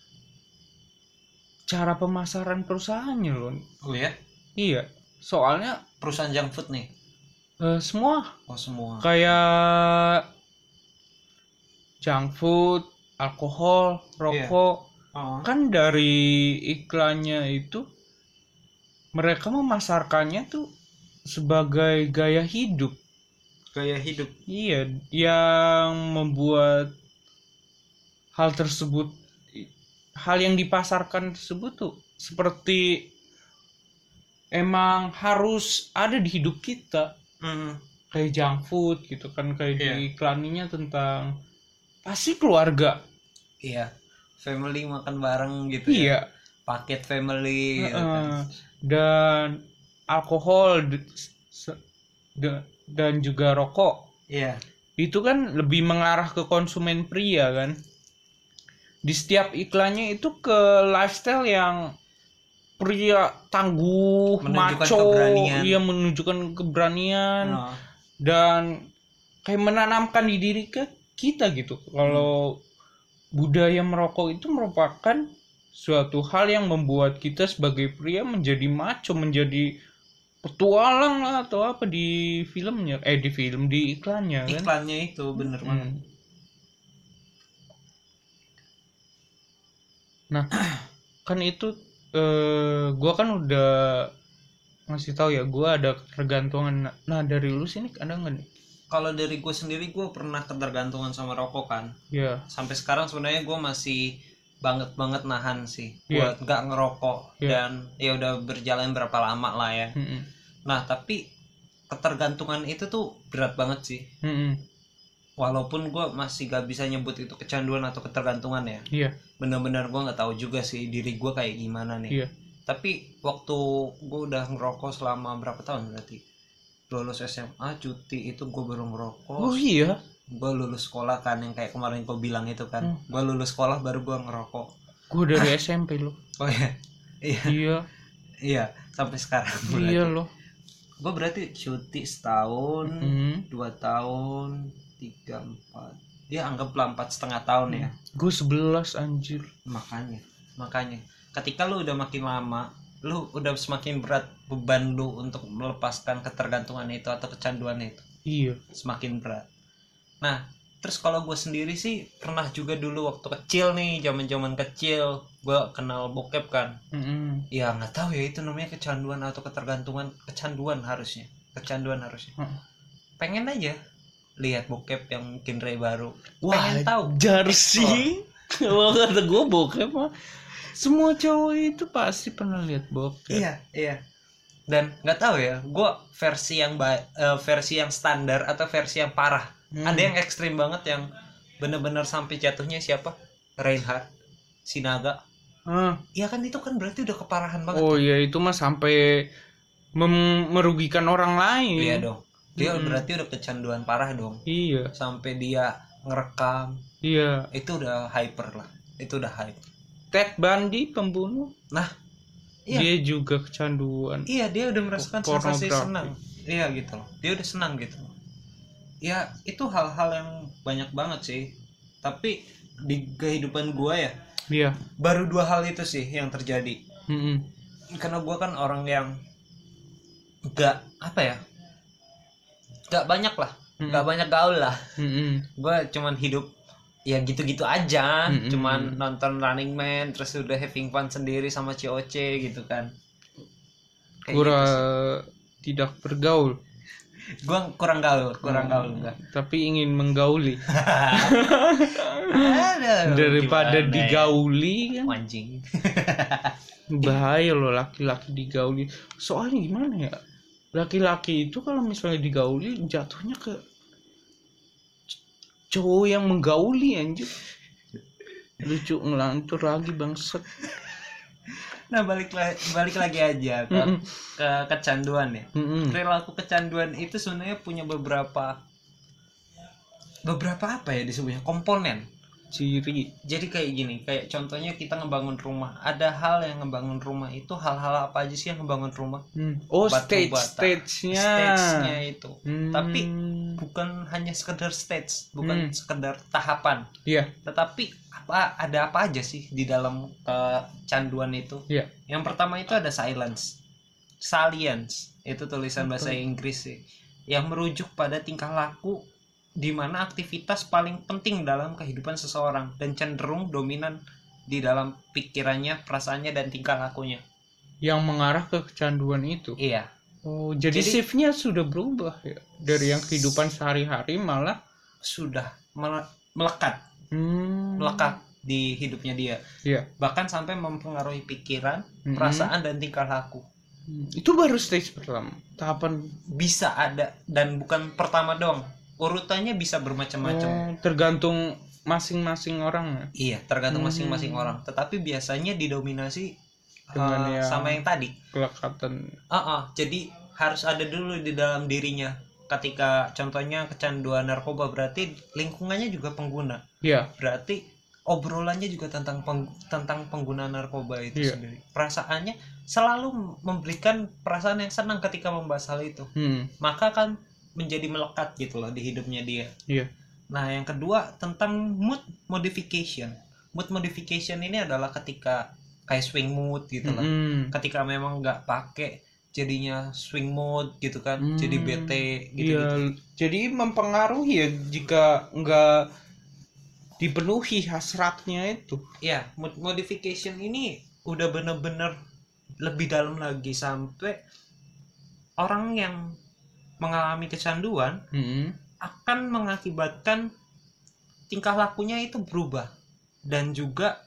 cara pemasaran perusahaannya loh. Oh ya, Iya, soalnya perusahaan junk food nih. eh, semua Oh semua. kayak junk food, alkohol, rokok, Oh. kan dari iklannya itu mereka memasarkannya tuh sebagai gaya hidup. Gaya hidup. Iya, yang membuat hal tersebut, hal yang dipasarkan tersebut tuh seperti emang harus ada di hidup kita. Hmm. Kayak junk food gitu kan, kayak Iya. di iklannya tentang pasti keluarga. Iya, family makan bareng gitu ya. Iya. Paket family gitu Uh, kan. dan alkohol d- se- d- dan juga rokok Iya. itu kan lebih mengarah ke konsumen pria kan. Di setiap iklannya itu ke lifestyle yang pria tangguh, Menunjukkan macho, keberanian. iya menunjukkan keberanian Oh. dan kayak menanamkan di diri ke kita gitu. Kalau budaya merokok itu merupakan suatu hal yang membuat kita sebagai pria menjadi macho, menjadi petualang lah atau apa di filmnya, eh di film di iklannya kan. Iklannya itu bener banget. Hmm. Nah, kan itu eh gua kan udah ngasih tahu ya, gua ada ketergantungan. Nah, dari lu sini ada nggak nih? Kalau dari gue sendiri, gue pernah ketergantungan sama rokok kan. Ya. Sampai sekarang sebenarnya gue masih banget banget nahan sih Iya. buat nggak ngerokok. Iya. Dan ya udah berjalan berapa lama lah ya. Mm-mm. Nah tapi ketergantungan itu tuh berat banget sih. Mm-mm. Walaupun gue masih gak bisa nyebut itu kecanduan atau ketergantungan ya. Iya. Benar-benar gue nggak tahu juga sih diri gue kayak gimana nih. Iya. Tapi waktu gue udah ngerokok selama berapa tahun berarti? Lulus S M A, cuti itu gue baru ngerokok. Oh iya. Gue lulus sekolah kan, yang kayak kemarin kau bilang itu kan. Hmm. Gue lulus sekolah baru gue ngerokok. Gue dari S M P loh. Oh iya. Iya. Iya. Iya, sampai sekarang Iya berarti. loh. Gue berarti cuti setahun, Hmm. dua tahun, tiga empat dia anggaplah empat setengah tahun ya. Gue sebelas anjir. Makanya, makanya ketika lu udah makin lama, lu udah semakin berat beban lu untuk melepaskan ketergantungan itu atau kecanduan itu. Iya. Semakin berat. Nah, terus kalau gue sendiri sih pernah juga dulu waktu kecil nih, zaman-zaman kecil, gue kenal bokep kan. Mm-mm. Ya nggak tahu ya itu namanya kecanduan atau ketergantungan, kecanduan harusnya, kecanduan harusnya. Mm. Pengen aja lihat bokep yang genre baru. Wah, pengen tahu jar sih. Kalau kata gue bokep mah semua cowok itu pasti pernah lihat bokep. Iya, iya. Dan nggak tahu ya, gue versi yang ba- uh, versi yang standar atau versi yang parah. Hmm. Ada yang ekstrim banget yang bener-bener sampai jatuhnya siapa? Reinhardt, Sinaga. Ah. Ya kan itu kan berarti udah keparahan banget. Oh kan? iya, itu mah sampai mem- merugikan orang lain. Iya dong. Dia hmm. berarti udah kecanduan parah dong. Iya. Sampai dia ngerekam. Iya. Itu udah hyper lah. Itu udah hyper. Ted Bundy pembunuh. Nah, iya. Dia juga kecanduan. Iya, dia udah merasakan sensasi Pornografi. senang. Iya gitu loh. Dia udah senang gitu loh. Ya, itu hal-hal yang banyak banget sih. Tapi di kehidupan gua ya, iya. Baru dua hal itu sih yang terjadi. Mm-mm. Karena gua kan orang yang gak apa ya? Gak banyak lah. Mm-mm. Gak banyak gaul lah. Mm-mm. Gua cuman hidup ya gitu-gitu aja. Mm-mm. Cuman nonton Running Man, terus udah having fun sendiri sama C O C gitu kan. Kayak Gura gitu tidak bergaul. Gua kurang gaul, kurang hmm, gaul enggak. Tapi ingin menggauli. Aduh, daripada digauli ya? Kan. Anjing. Bahaya loh laki-laki digauli. Soalnya gimana ya? Laki-laki itu kalau misalnya digauli jatuhnya ke cowok yang menggauli anjir. Lucu ngelantur lagi bangsat. Nah balik la- balik lagi aja ke, Mm-mm. ke kecanduan ya. Mm-mm. Perilaku kecanduan itu sebenarnya punya beberapa beberapa apa ya disebutnya komponen ciri. Jadi kayak gini, kayak contohnya kita ngebangun rumah. Ada hal yang ngebangun rumah itu hal-hal apa aja sih yang ngebangun rumah? Hmm. Oh stage stage-nya. Stage-nya itu. Hmm. Tapi bukan hanya sekedar stage, bukan hmm. sekedar tahapan. Iya. Yeah. Tetapi apa ada apa aja sih di dalam kecanduan itu? Iya. Yeah. Yang pertama itu ada silence. Salience itu tulisan okay. bahasa Inggris sih. Yang merujuk pada tingkah laku di mana aktivitas paling penting dalam kehidupan seseorang dan cenderung dominan di dalam pikirannya, perasaannya dan tingkah lakunya. Yang mengarah ke kecanduan itu. Iya. Oh, jadi, jadi shift-nya sudah berubah ya. Dari yang kehidupan sehari-hari malah sudah melekat. Hmm. Melekat di hidupnya dia. Iya. Bahkan sampai mempengaruhi pikiran, hmm. perasaan dan tingkah laku. Hmm. Itu baru stage pertama. Tahapan bisa ada dan bukan pertama doang. Urutannya bisa bermacam-macam. Oh, tergantung masing-masing orang. Iya, tergantung hmm. masing-masing orang. Tetapi biasanya didominasi dengan uh, yang sama yang tadi. Kelekatan. Uh-uh, jadi harus ada dulu di dalam dirinya. Ketika contohnya kecanduan narkoba berarti lingkungannya juga pengguna. Iya. Berarti obrolannya juga tentang peng, tentang penggunaan narkoba itu yeah. sendiri. Perasaannya selalu memberikan perasaan yang senang ketika membahas hal itu. Hmm. Maka kan menjadi melekat gitu loh di hidupnya dia. Iya. Nah, yang kedua tentang mood modification. Mood modification ini adalah ketika kayak swing mood gitu lah. Mm-hmm. Ketika memang nggak pakai jadinya swing mood gitu kan, mm. jadi bete gitu. Iya. Jadi mempengaruhi ya jika nggak dipenuhi hasratnya itu. Iya, mood modification ini udah bener-bener lebih dalam lagi sampai orang yang mengalami kecanduan mm-hmm. akan mengakibatkan tingkah lakunya itu berubah dan juga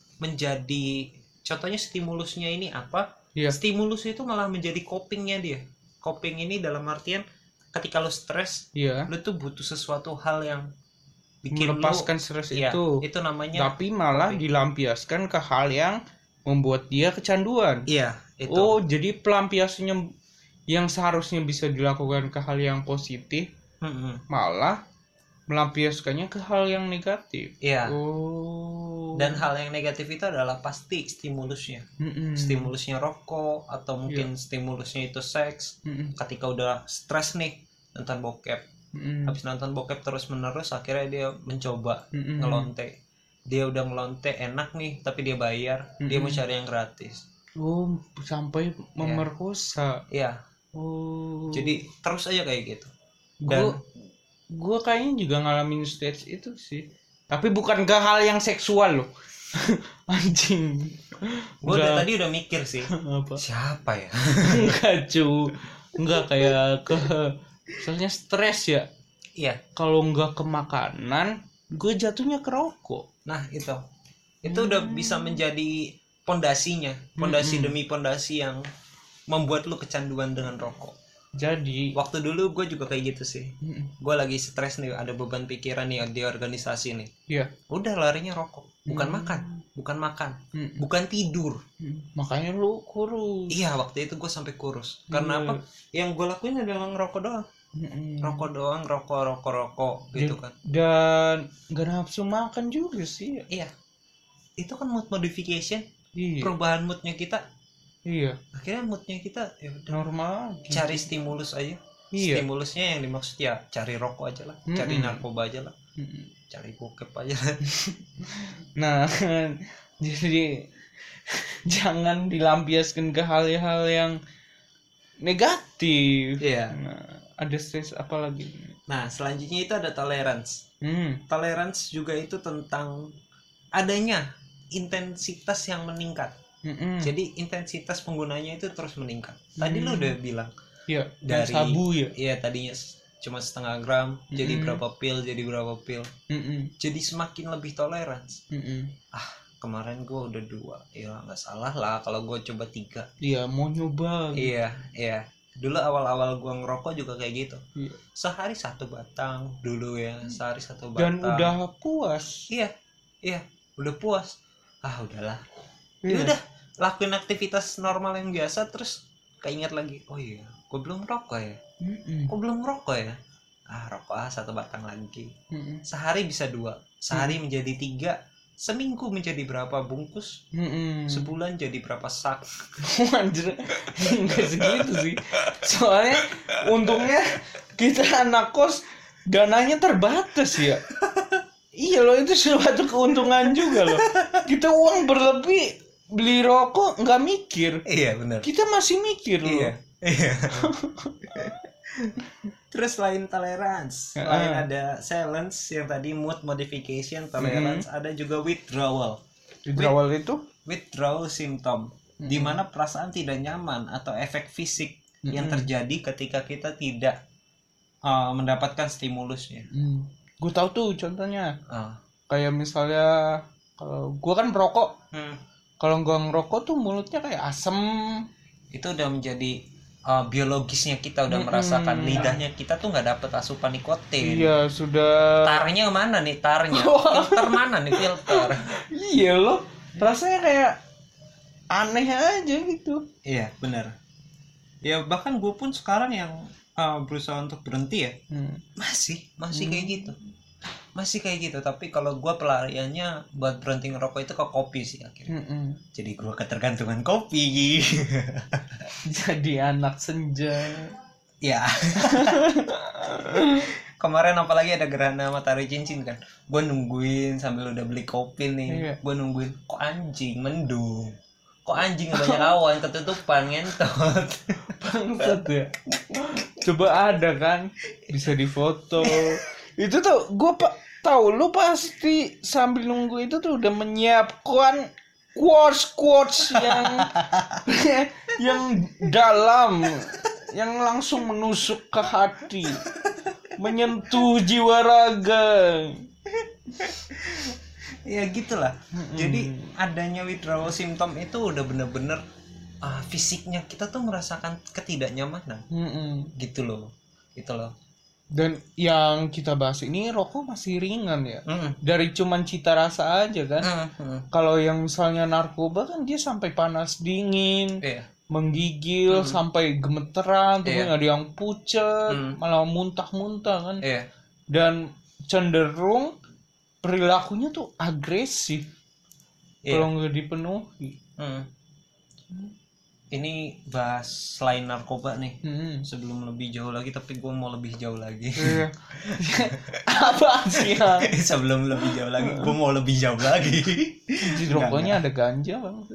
menjadi contohnya stimulusnya ini apa? Yeah. Stimulus itu malah menjadi copingnya dia. Coping ini dalam artian ketika lo stres, yeah. lo tuh butuh sesuatu hal yang bikin melepaskan lo, stres ya, itu. Itu namanya. Tapi malah coping. Dilampiaskan ke hal yang membuat dia kecanduan. Iya. Itu. Oh, jadi pelampiasannya yang seharusnya bisa dilakukan ke hal yang positif, mm-hmm. malah melampiaskannya ke hal yang negatif. Iya. Oh. Dan hal yang negatif itu adalah pasti stimulusnya. Mm-hmm. Stimulusnya rokok atau mungkin yeah. stimulusnya itu seks. Mm-hmm. Ketika udah stres nih nonton bokep. Mm-mm. Habis nonton bokep terus menerus akhirnya dia mencoba Mm-mm. ngelonte. Dia udah ngelonte enak nih tapi dia bayar, dia mau Mm-mm. cari yang gratis. Oh, sampai memerkosa. Iya. Oh. Jadi terus aja kayak gitu. gue Dan gue kayaknya juga ngalamin stage itu sih. Tapi bukan ke hal yang seksual loh. Anjing. gue dari tadi udah mikir sih. Apa? Siapa ya? Enggak cu. Enggak kayak ke soalnya stres ya. Iya. Kalau enggak ke makanan, gue jatuhnya ke rokok. Nah itu, itu udah bisa menjadi pondasinya, pondasi Mm-mm. demi pondasi yang membuat lu kecanduan dengan rokok. Jadi Waktu dulu gue juga kayak gitu sih. Mm-mm. Gue lagi stres nih, ada beban pikiran nih di organisasi nih. Iya. Udah larinya rokok, bukan Mm. makan, bukan makan, Mm-mm. bukan tidur. Mm. Makanya lu kurus. Iya waktu itu gue sampai kurus. Karena Iya. apa? Yang gue lakuin adalah ngerokok doang, Mm-mm. rokok doang, rokok, rokok, rokok, gitu kan. Dan gak nafsu makan juga sih. Iya, itu kan mood modification, Iya. perubahan moodnya kita. Iya. Akhirnya moodnya kita ya udah Normal. cari stimulus aja. Iya. Stimulusnya yang dimaksud ya cari rokok aja lah, cari Mm-mm. narkoba aja lah, Mm-mm. cari bokep aja lah. Nah, jadi jangan dilampiaskan ke hal-hal yang negatif. Iya. Nah, ada stres apa lagi? Nah selanjutnya itu ada tolerance. Hmm. Tolerance juga itu tentang adanya intensitas yang meningkat. Mm-mm. Jadi intensitas penggunanya itu terus meningkat. Tadi Hmm. lu udah bilang Ya, dari sabu ya. Iya tadinya s- cuma setengah gram, jadi Mm-mm. berapa pil, jadi berapa pil. Mm-mm. Jadi semakin lebih tolerance. Mm-mm. Kemarin gue udah dua, ya nggak salah lah kalau gue coba tiga. Iya, mau nyoba. Iya, iya. Dulu awal-awal gue ngerokok juga kayak gitu. Iya. Sehari satu batang dulu ya, sehari satu Dan batang. udah puas. Iya, iya, udah puas. Ah udahlah. Ya Iya. udah, lakuin aktivitas normal yang biasa terus keinget lagi. Oh iya, gue belum rokok ya. Mm-mm. Kok belum rokok ya? Ah rokok ah satu batang lagi. Mm-mm. Sehari bisa dua, sehari menjadi tiga, seminggu menjadi berapa bungkus, Mm-mm. sebulan jadi berapa sak. Anjir, nggak segitu sih. Soalnya untungnya kita anak kos dananya terbatas ya. Iya loh, itu suatu keuntungan juga loh. Kita uang berlebih beli rokok nggak mikir. Iya benar. Kita masih mikir loh. Iya. Iya. Terus selain tolerance, Ya, selain ah. ada silence yang tadi mood modification, tolerance, ada juga withdrawal. Withdrawal itu? Withdrawal symptom, di mana perasaan tidak nyaman atau efek fisik yang Mm-mm. terjadi ketika kita tidak uh, mendapatkan stimulusnya. Hmm. Gue tahu tuh contohnya. Ah. Kayak misalnya kalau gue kan perokok, Hmm. kalau gue ngerokok tuh mulutnya kayak asem. Itu udah menjadi uh, biologisnya kita udah Mm-mm. merasakan lidahnya kita tuh nggak dapet asupan nikotin. Iya sudah. Tarnya mana nih tarnya? Filter mana nih filter? Iya loh, rasanya kayak aneh aja gitu. Iya benar. Ya bahkan gue pun sekarang yang uh, berusaha untuk berhenti ya Hmm. masih masih Hmm. kayak gitu, masih kayak gitu. Tapi kalau gue pelariannya buat berhenti ngerokok itu ke kopi sih akhirnya. Mm-mm. Jadi gue ketergantungan kopi. Jadi anak senja. Ya. Kemarin apalagi ada gerhana matahari cincin kan, gue nungguin sambil udah beli kopi nih. Iya. Gue nungguin kok anjing mendung, kok anjing banyak awan ketutupan ngentot. Bangsat ya. Coba ada kan, bisa difoto. Itu tuh gue pak tahu lu pasti sambil nunggu itu tuh udah menyiapkan quotes quotes yang yang dalam, yang langsung menusuk ke hati, menyentuh jiwa raga. Ya gitulah. Mm-mm. Jadi adanya withdrawal symptom itu udah bener-bener ah, fisiknya kita tuh merasakan ketidaknyamanan Mm-mm. gitu loh, gitu loh. Dan yang kita bahas ini rokok masih ringan ya. Mm-mm. Dari cuman cita rasa aja kan. Mm-mm. Kalau yang misalnya narkoba kan dia sampai panas dingin, Iya. menggigil, Hmm. sampai gemeteran, terus Iya. ada yang pucet, Hmm. malah muntah-muntah kan. Iya. Dan cenderung perilakunya tuh agresif Iya. kalau nggak dipenuhi. Mm. ini bahas selain narkoba nih. Hmm. Sebelum lebih jauh lagi, tapi gue mau lebih jauh lagi. Iya. Apa sih ya? Sebelum lebih jauh lagi, gue mau lebih jauh lagi. Di rokoknya ada ganja bang.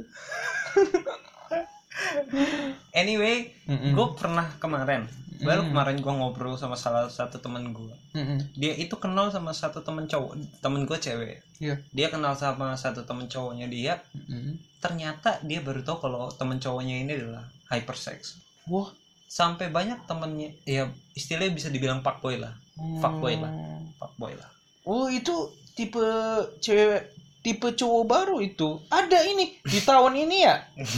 Anyway, Mm-mm. gue pernah kemarin, baru Mm. kemarin gue ngobrol sama salah satu teman gue. Mm-mm. Dia itu kenal sama satu temen cowok, temen gue cewek. Iya. Dia kenal sama satu temen cowoknya dia. Mm-mm. Ternyata dia baru tahu kalau temen cowoknya ini adalah hypersex. Wah. Sampai banyak temennya, ya istilahnya bisa dibilang fuckboy lah, fuckboy lah, fuckboy lah. Oh itu tipe cewek, tipe cowok baru itu. Ada ini di tahun ini ya.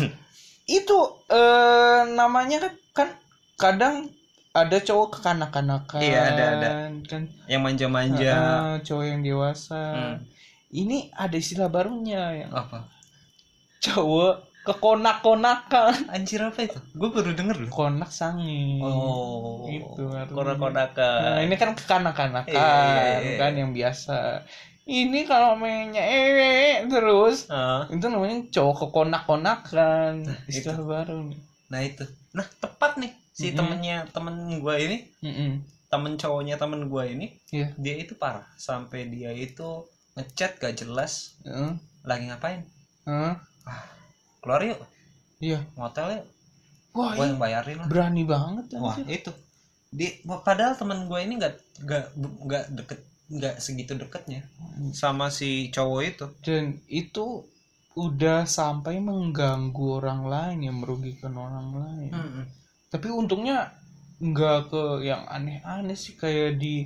Itu eh, namanya kan kan kadang ada cowok kekanak-kanakan. Iya, ada, ada. Kan Yang manja-manja. eh, cowok yang dewasa. Hmm. Ini ada istilah barunya yang Apa? cowok kekonak-konakan. Anjir apa itu? Gue baru denger loh. Konak sange. Oh, Itu artinya. konak-konakan. Nah, ini kan kekanak-kanakan Iya, iya, iya. kan yang biasa. Ini kalau mainnya ewe terus Ah, itu namanya cowok kekonak-konakan. Istilah itu. baru nih. nah itu. Nah tepat nih si Mm-mm. temennya temen gue ini, Mm-mm. temen cowoknya temen gue ini, Iya. dia itu parah. Sampai dia itu ngechat gak jelas. Heeh. Lagi ngapain? Heeh. Keluar yuk, Iya. motel yuk. Wah, Gue ini yang bayarin lah. berani banget Wah anjir. itu. Di, padahal temen gue ini gak, gak, gak deket, gak segitu deketnya sama si cowok itu. Dan itu udah sampai mengganggu orang lain, yang merugikan orang lain. Mm-mm. Tapi untungnya nggak ke yang aneh-aneh sih, kayak di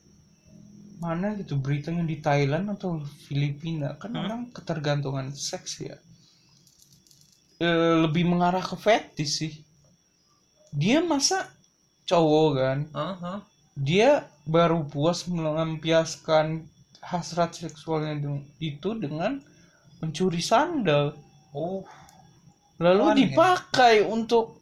mana gitu beritanya, di Thailand atau Filipina kan. Hmm? Orang ketergantungan seks ya, e, lebih mengarah ke fetish sih. Dia masa cowok kan, Uh-huh. dia baru puas melampiaskan hasrat seksualnya deng- itu dengan mencuri sandal, Oh, lalu Aneh. dipakai untuk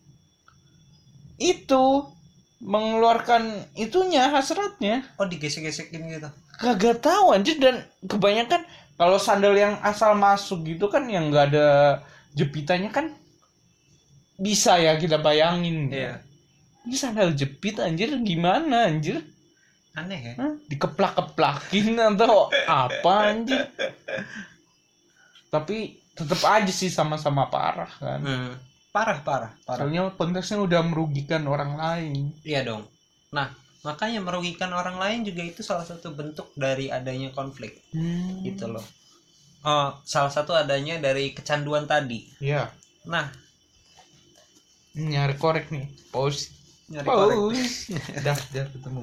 itu, mengeluarkan itunya, hasratnya. oh digesek-gesekin gitu. Kagak tahu anjir. Dan kebanyakan kalau sandal yang asal masuk gitu kan, yang nggak ada jepitannya kan, bisa ya kita bayangin. Iya. Ini sandal jepit anjir, gimana anjir? Aneh ya. Hah? Dikeplak-keplakin atau apa anjir? Tapi tetap aja sih sama-sama parah kan. Hmm. Parah, parah, parah. Soalnya konteksnya udah merugikan orang lain. Iya dong. Nah, makanya merugikan orang lain juga itu salah satu bentuk dari adanya konflik. Hmm. Gitu loh. Oh, salah satu adanya dari kecanduan tadi. Iya. Nah, Nyari korek nih. Pause. nyari korek. Pause. Dah, dah ketemu.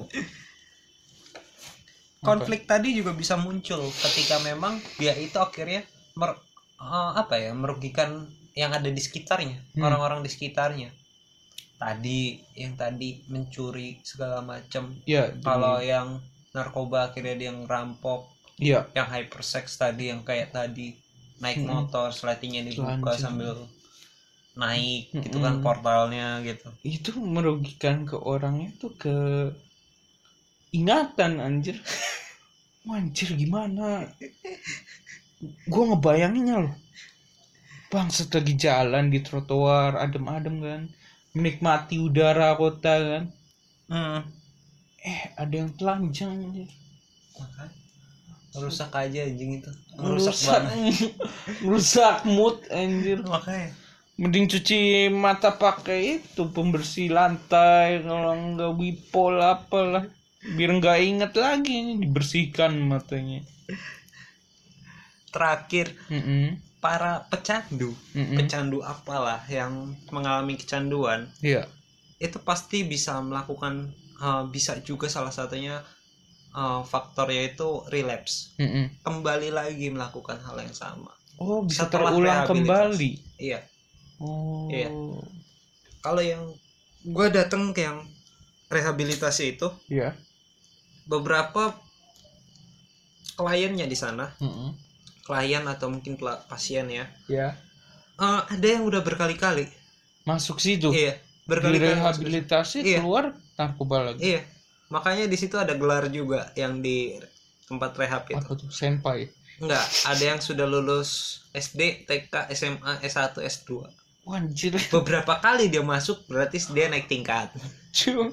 Konflik tadi juga bisa muncul ketika memang dia itu akhirnya mer, eh, apa ya, merugikan yang ada di sekitarnya, Hmm. orang-orang di sekitarnya. Tadi yang tadi mencuri segala macam. Iya. Kalau yang narkoba akhirnya dia ngerampok, Iya. yang hypersex tadi yang kayak tadi naik Mm-mm. motor, slidingnya dibuka Telanjang. sambil naik gitu Mm-mm. kan portalnya gitu. Itu merugikan ke orangnya tuh ke ingatan anjir. Wah, anjir gimana? Gue ngebayanginnya loh. Bangsat lagi jalan di trotoar adem-adem kan, menikmati udara kota kan. Hmm. Eh, ada yang telanjang anjir. Makanya merusak aja anjing itu. Merusak Merusak, banget. merusak mood anjir. Makanya. Mending cuci mata pakai itu pembersih lantai, kalau enggak Wipol apalah, biar nggak inget lagi ini, dibersihkan matanya. Terakhir, Mm-mm. para pecandu, Mm-mm. pecandu apalah yang mengalami kecanduan, Iya. itu pasti bisa melakukan, eh, bisa juga salah satunya eh, faktor yaitu relapse. Mm-mm. Kembali lagi melakukan hal yang sama. Oh, bisa Setelah terulang rehabilitasi. kembali. Iya. Oh. Iya. Kalau yang gue dateng ke yang rehabilitasi itu, Iya. beberapa kliennya di sana, Mm-mm. klien atau mungkin pela- pasien ya, Ya. eh, ada yang udah berkali-kali, Masuk situ. iya, Di berkali-kali masuk. rehabilitasi Iya. keluar narkoba lagi. Iya, makanya di situ ada gelar juga yang di tempat rehab itu. Apa tuh? Senpai. Enggak, ada yang sudah lulus S D, T K, S M A, S satu, S dua. Anjir. Beberapa kali dia masuk berarti dia naik tingkat. Cung.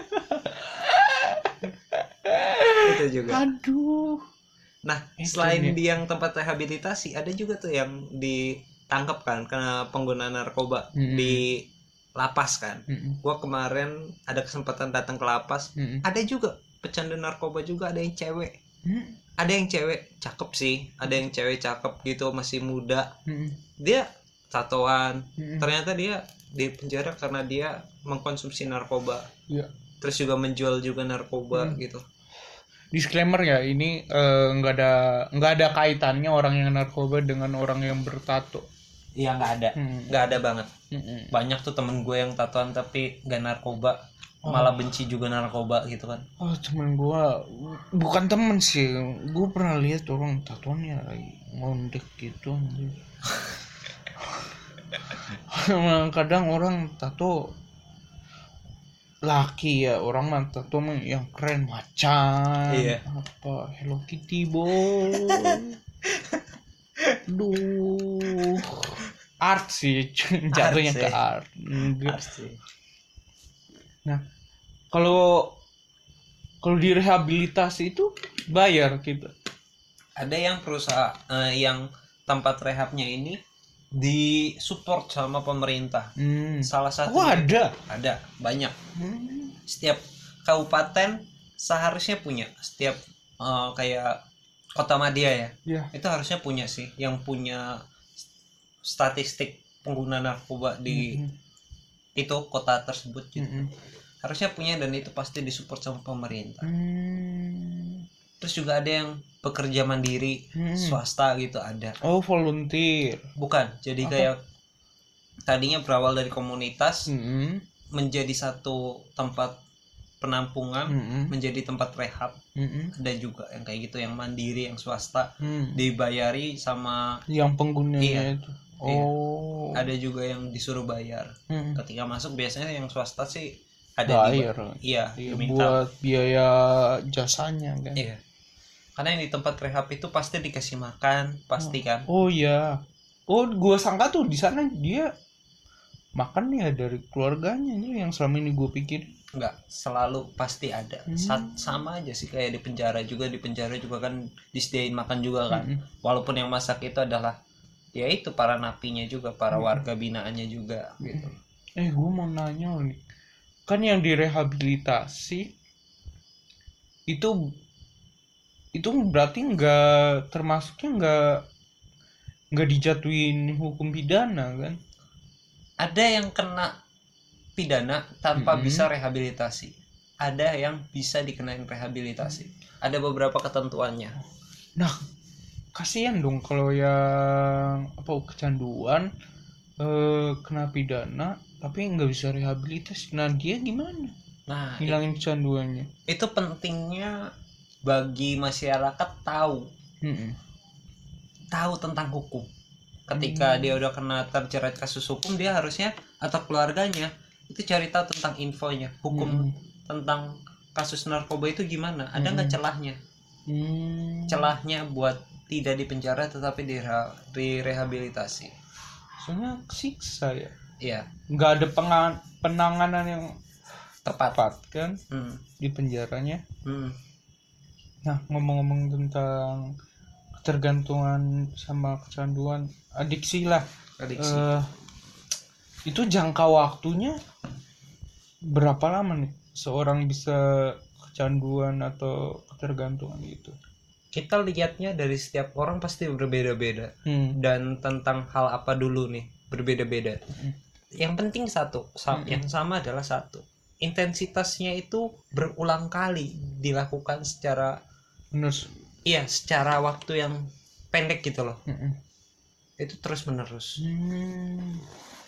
Itu juga. Aduh. Nah, Itu selain nih. di yang tempat rehabilitasi, ada juga tuh yang ditangkap kan karena pengguna narkoba Mm-mm. di lapas kan. Mm-mm. Gua kemarin ada kesempatan datang ke lapas, Mm-mm. ada juga pecandu narkoba juga, ada yang cewek. Mm-mm. Ada yang cewek cakep sih, ada yang cewek cakep gitu, masih muda. Mm-mm. Dia tatoan. Mm-mm. Ternyata dia di penjara karena dia mengkonsumsi narkoba. Iya. Terus juga menjual juga narkoba Hmm. gitu. Disclaimer ya, ini eh, nggak ada nggak ada kaitannya orang yang narkoba dengan orang yang bertato. Iya, nggak ada. Hmm. Nggak ada banget. Mm-mm. Banyak tuh temen gue yang tatoan tapi nggak narkoba, Oh. malah benci juga narkoba gitu kan. Oh, temen gua bukan temen sih, gua pernah lihat orang tatoannya lagi ngondek gitu anjir. Emang kadang orang tato laki ya, orang mah tato mah yang keren macan. Iya. Apa Hello Kitty boy. Duh. Art sih, jatuhnya Art ke sih. art. Enggak. Pasti. Nah, kalau kalau direhabilitasi itu bayar kita. Ada yang perusahaan eh, yang tempat rehabnya ini disupport sama pemerintah. Hmm. Salah satu Oh, ada. ada banyak. Hmm. Setiap kabupaten seharusnya punya, setiap eh, kayak Kota Madia ya. Ya. Itu harusnya punya sih, yang punya statistik pengguna narkoba di Hmm. itu kota tersebut gitu. Hmm. Harusnya punya dan itu pasti disupport sama pemerintah. Hmm. Terus juga ada yang bekerja mandiri, Hmm. swasta gitu ada. Oh, volunteer. Bukan, jadi Apa? kayak tadinya berawal dari komunitas Hmm. menjadi satu tempat penampungan, Hmm. menjadi tempat rehab. Hmm. Ada juga yang kayak gitu, yang mandiri, yang swasta, Hmm. dibayari sama. Yang penggunanya Iya. itu. Oh. Ada juga yang disuruh bayar. Hmm. Ketika masuk biasanya yang swasta sih ada di Bayar. iya, Iya, diminta. buat biaya jasanya kan. Iya. Karena yang di tempat rehab itu pasti dikasih makan, pasti kan. Oh iya. Oh, gua sangka tuh di sana dia makan ya dari keluarganya nih yang selama ini gue pikir. Enggak, selalu pasti ada. Hmm. Sa- sama aja sih kayak di penjara juga, di penjara juga kan disediain makan juga kan. Mm-mm. Walaupun yang masak itu adalah ya itu para napinya juga, para Mm-mm. warga binaannya juga gitu. Eh, gue mau nanya nih. Kan yang direhabilitasi itu itu berarti nggak termasuknya nggak nggak dijatuhin hukum pidana kan? Ada yang kena pidana tanpa Mm-mm. bisa rehabilitasi. Ada yang bisa dikenain rehabilitasi. Ada beberapa ketentuannya. Nah, kasihan dong kalau yang apa kecanduan eh, kena pidana tapi nggak bisa rehabilitasi. Nah, dia gimana Nah, ngilangin kecanduannya? itu pentingnya bagi masyarakat tahu Mm-mm. tahu tentang hukum. Ketika Hmm. dia udah kena terjerat kasus hukum, dia harusnya atau keluarganya itu cari tahu tentang infonya, hukum Mm-mm. tentang kasus narkoba itu gimana, ada nggak Hmm. celahnya. Hmm. Celahnya buat tidak dipenjara tetapi direha- direhabilitasi. Soalnya kesiksa ya. Iya, Nggak ada pengan- penanganan yang tepat. tepat kan Hmm. di penjaranya. Hmm. Nah, ngomong-ngomong tentang ketergantungan sama kecanduan, adiksi lah. Adiksi. Eh, itu jangka waktunya berapa lama nih seorang bisa kecanduan atau ketergantungan gitu? Kita lihatnya dari setiap orang pasti berbeda-beda. Hmm. Dan tentang hal apa dulu nih berbeda-beda. Mm. Yang penting satu, sa- Mm-mm. yang sama adalah satu. Intensitasnya itu berulang kali dilakukan secara Bener. iya, secara waktu yang pendek gitu loh. Mm-mm. Itu terus menerus. Hmm.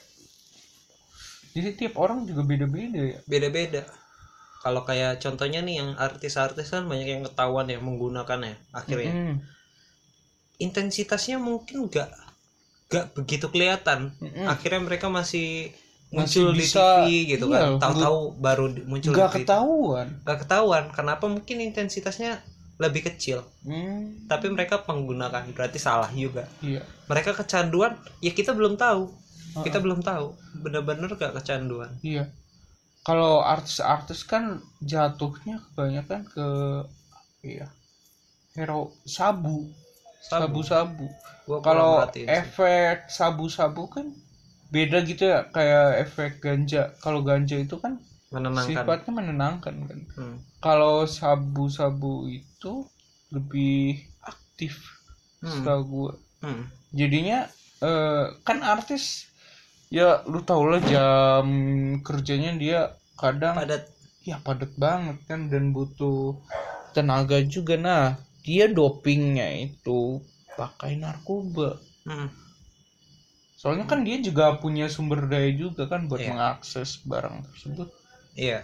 Jadi tiap orang juga beda-beda ya. Beda-beda. Kalau kayak contohnya nih yang artis-artis kan banyak yang ketahuan ya menggunakannya akhirnya. Mm-mm. Intensitasnya mungkin gak gak begitu kelihatan. Mm-mm. Akhirnya mereka masih Masih muncul bisa- di T V gitu iya, kan. Tahu-tahu baru di- muncul Nggak di T V. ketahuan. Gak ketahuan. Kenapa? Mungkin intensitasnya lebih kecil. Hmm. Tapi mereka menggunakan, berarti salah juga. Iya. Mereka kecanduan, ya kita belum tahu. Uh-uh. Kita belum tahu benar-benar gak kecanduan. Iya. Kalau artis-artis kan jatuhnya kebanyakan ke iya hero sabu, Sabu. sabu-sabu. Gua kurang Kalau merhatiin sih. efek sabu-sabu kan beda gitu ya, kayak efek ganja. Kalau ganja itu kan Menenangkan. sifatnya menenangkan kan. Hmm. Kalau sabu-sabu itu lebih aktif, Hmm. setahu gue. Hmm. Jadinya eh, kan artis ya lu tau lah jam kerjanya dia kadang Padat. ya padat banget kan dan butuh tenaga juga. Nah dia dopingnya itu pakai narkoba. Hmm. Soalnya kan dia juga punya sumber daya juga kan buat Iya. mengakses barang tersebut. Iya.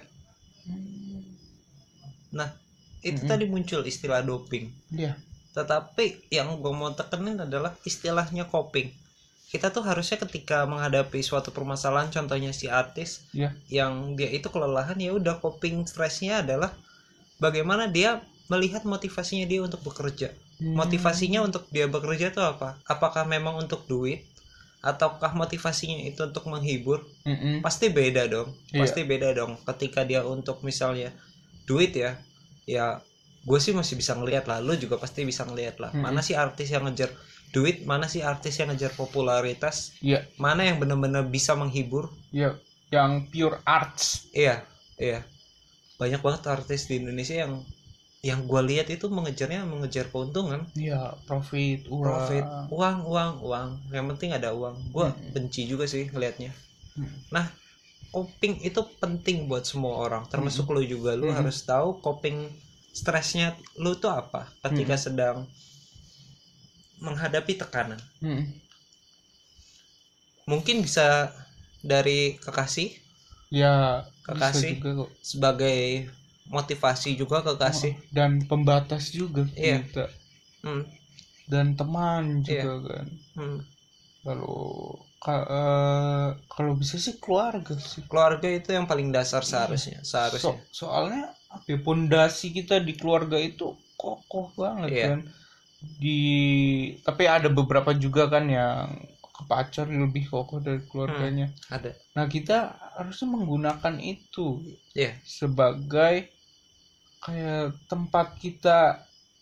Nah, itu Mm-mm. tadi muncul istilah doping. Iya. Tetapi yang gue mau tekenin adalah istilahnya coping. Kita tuh harusnya ketika menghadapi suatu permasalahan, contohnya si artis Iya. yang dia itu kelelahan, ya udah coping stresnya adalah bagaimana dia melihat motivasinya dia untuk bekerja. Hmm. Motivasinya untuk dia bekerja itu apa? Apakah memang untuk duit? Ataukah motivasinya itu untuk menghibur? Mm-mm. Pasti beda dong. Iya. Pasti beda dong. Ketika dia untuk misalnya duit ya, ya gue sih masih bisa ngelihat lah. Lu juga pasti bisa ngelihat lah. Mm-mm. Mana sih artis yang ngejar duit? Mana sih artis yang ngejar popularitas? Iya. Mana yang benar-benar bisa menghibur? Iya. Yang pure arts. Iya, iya. Banyak banget artis di Indonesia yang yang gue lihat itu mengejarnya mengejar keuntungan. Iya. Profit. Uang. Profit, uang, uang, uang. Yang penting ada uang. Gue Hmm. benci juga sih ngelihatnya. Hmm. Nah, coping itu penting buat semua orang, termasuk Mm-mm. lu juga. Lu Mm-mm. harus tahu coping stresnya lu tuh apa ketika Mm-mm. sedang menghadapi tekanan. Mm-mm. Mungkin bisa dari kekasih, Ya. Kekasih. Bisa juga kok. sebagai motivasi juga kekasih. Dan pembatas juga Iya. kita. Hmm, Dan teman juga Iya. kan. hmm. Kalau ka- eh, kalau bisa sih keluarga sih. Keluarga itu yang paling dasar seharusnya. Seharusnya. So- soalnya apa ya, pondasi kita di keluarga itu kokoh banget Iya. kan. Di tapi ada beberapa juga kan yang ke pacar lebih kokoh dari keluarganya. Ada. Nah kita harusnya menggunakan itu Iya. sebagai kayak tempat kita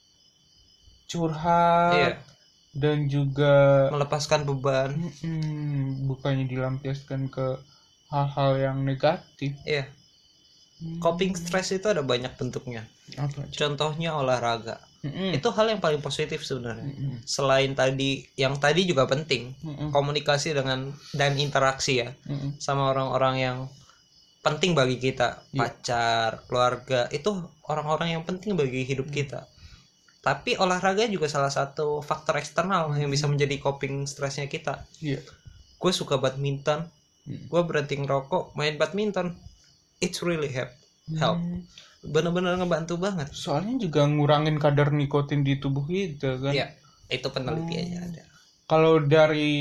curhat. Iya. Dan juga Melepaskan beban. mm-mm, bukannya dilampiaskan ke hal-hal yang negatif. Iya. Coping stress itu ada banyak bentuknya. Apa? Contohnya olahraga. Mm-mm. Itu hal yang paling positif sebenarnya. Mm-mm. Selain tadi, yang tadi juga penting, Mm-mm. komunikasi dengan dan interaksi ya Mm-mm. sama orang-orang yang penting bagi kita, Iya. pacar, keluarga, itu orang-orang yang penting bagi hidup kita. Tapi olahraga juga salah satu faktor eksternal yang bisa menjadi coping stresnya kita. Iya. Gue suka badminton, Mm. gue berhenti ngerokok, main badminton, it's really help, help, Hmm. bener-bener ngebantu banget. Soalnya juga ngurangin kadar nikotin di tubuh kita kan. Iya, itu penelitiannya Hmm. ada. Kalau dari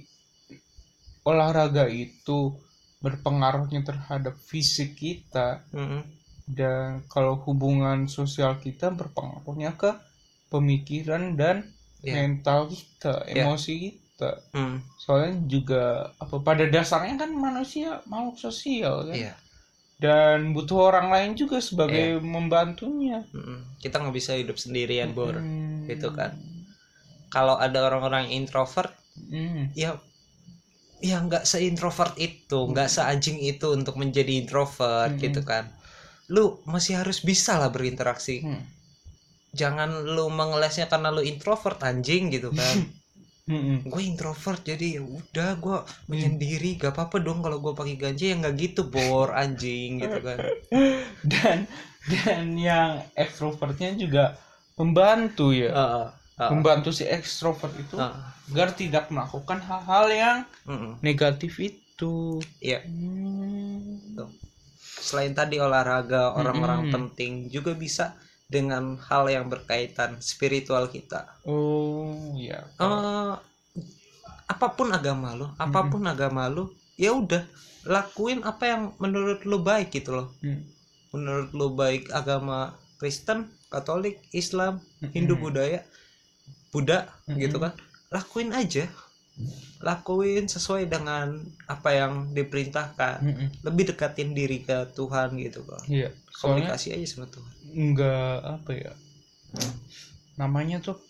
olahraga itu berpengaruhnya terhadap fisik kita, Mm-mm. dan kalau hubungan sosial kita berpengaruhnya ke pemikiran dan Iya. mental kita, Iya. emosi kita. Mm. Soalnya juga apa pada dasarnya kan manusia makhluk sosial kan. Iya. Dan butuh orang lain juga sebagai membantunya. Mm-mm. Kita nggak bisa hidup sendirian, Bor. Hmm. Gitu kan. Kalau ada orang-orang introvert, Hmm. ya ya nggak seintrovert itu, nggak seanjing itu untuk menjadi introvert Hmm. gitu kan. Lu masih harus bisa lah berinteraksi. Hmm. Jangan lu mengelesnya karena lu introvert anjing gitu kan. Hmm. Gue introvert jadi ya udah gue menyendiri, gak apa-apa dong kalau gue pakai ganja, ya nggak gitu, Bor, anjing gitu kan. dan dan yang ekstrovertnya juga membantu ya. Uh, uh, Membantu si ekstrovert itu uh, agar tidak melakukan hal-hal yang uh, negatif itu. Iya. Hmm. Selain tadi olahraga, orang-orang Mm-mm. penting juga bisa dengan hal yang berkaitan spiritual kita. Oh iya. Eh, apapun agama lo, apapun agama lo, ya udah lakuin apa yang menurut lo baik gitu loh. Hmm. Menurut lo baik agama Kristen, Katolik, Islam, Hindu, Mm-mm. Budaya, Buddha Mm-mm. gitu kan. Lakuin aja. lakuin sesuai dengan apa yang diperintahkan. Mm-mm. Lebih dekatin diri ke Tuhan gitu kok. Iya, soalnya Komunikasi aja sama Tuhan. nggak apa ya, namanya tuh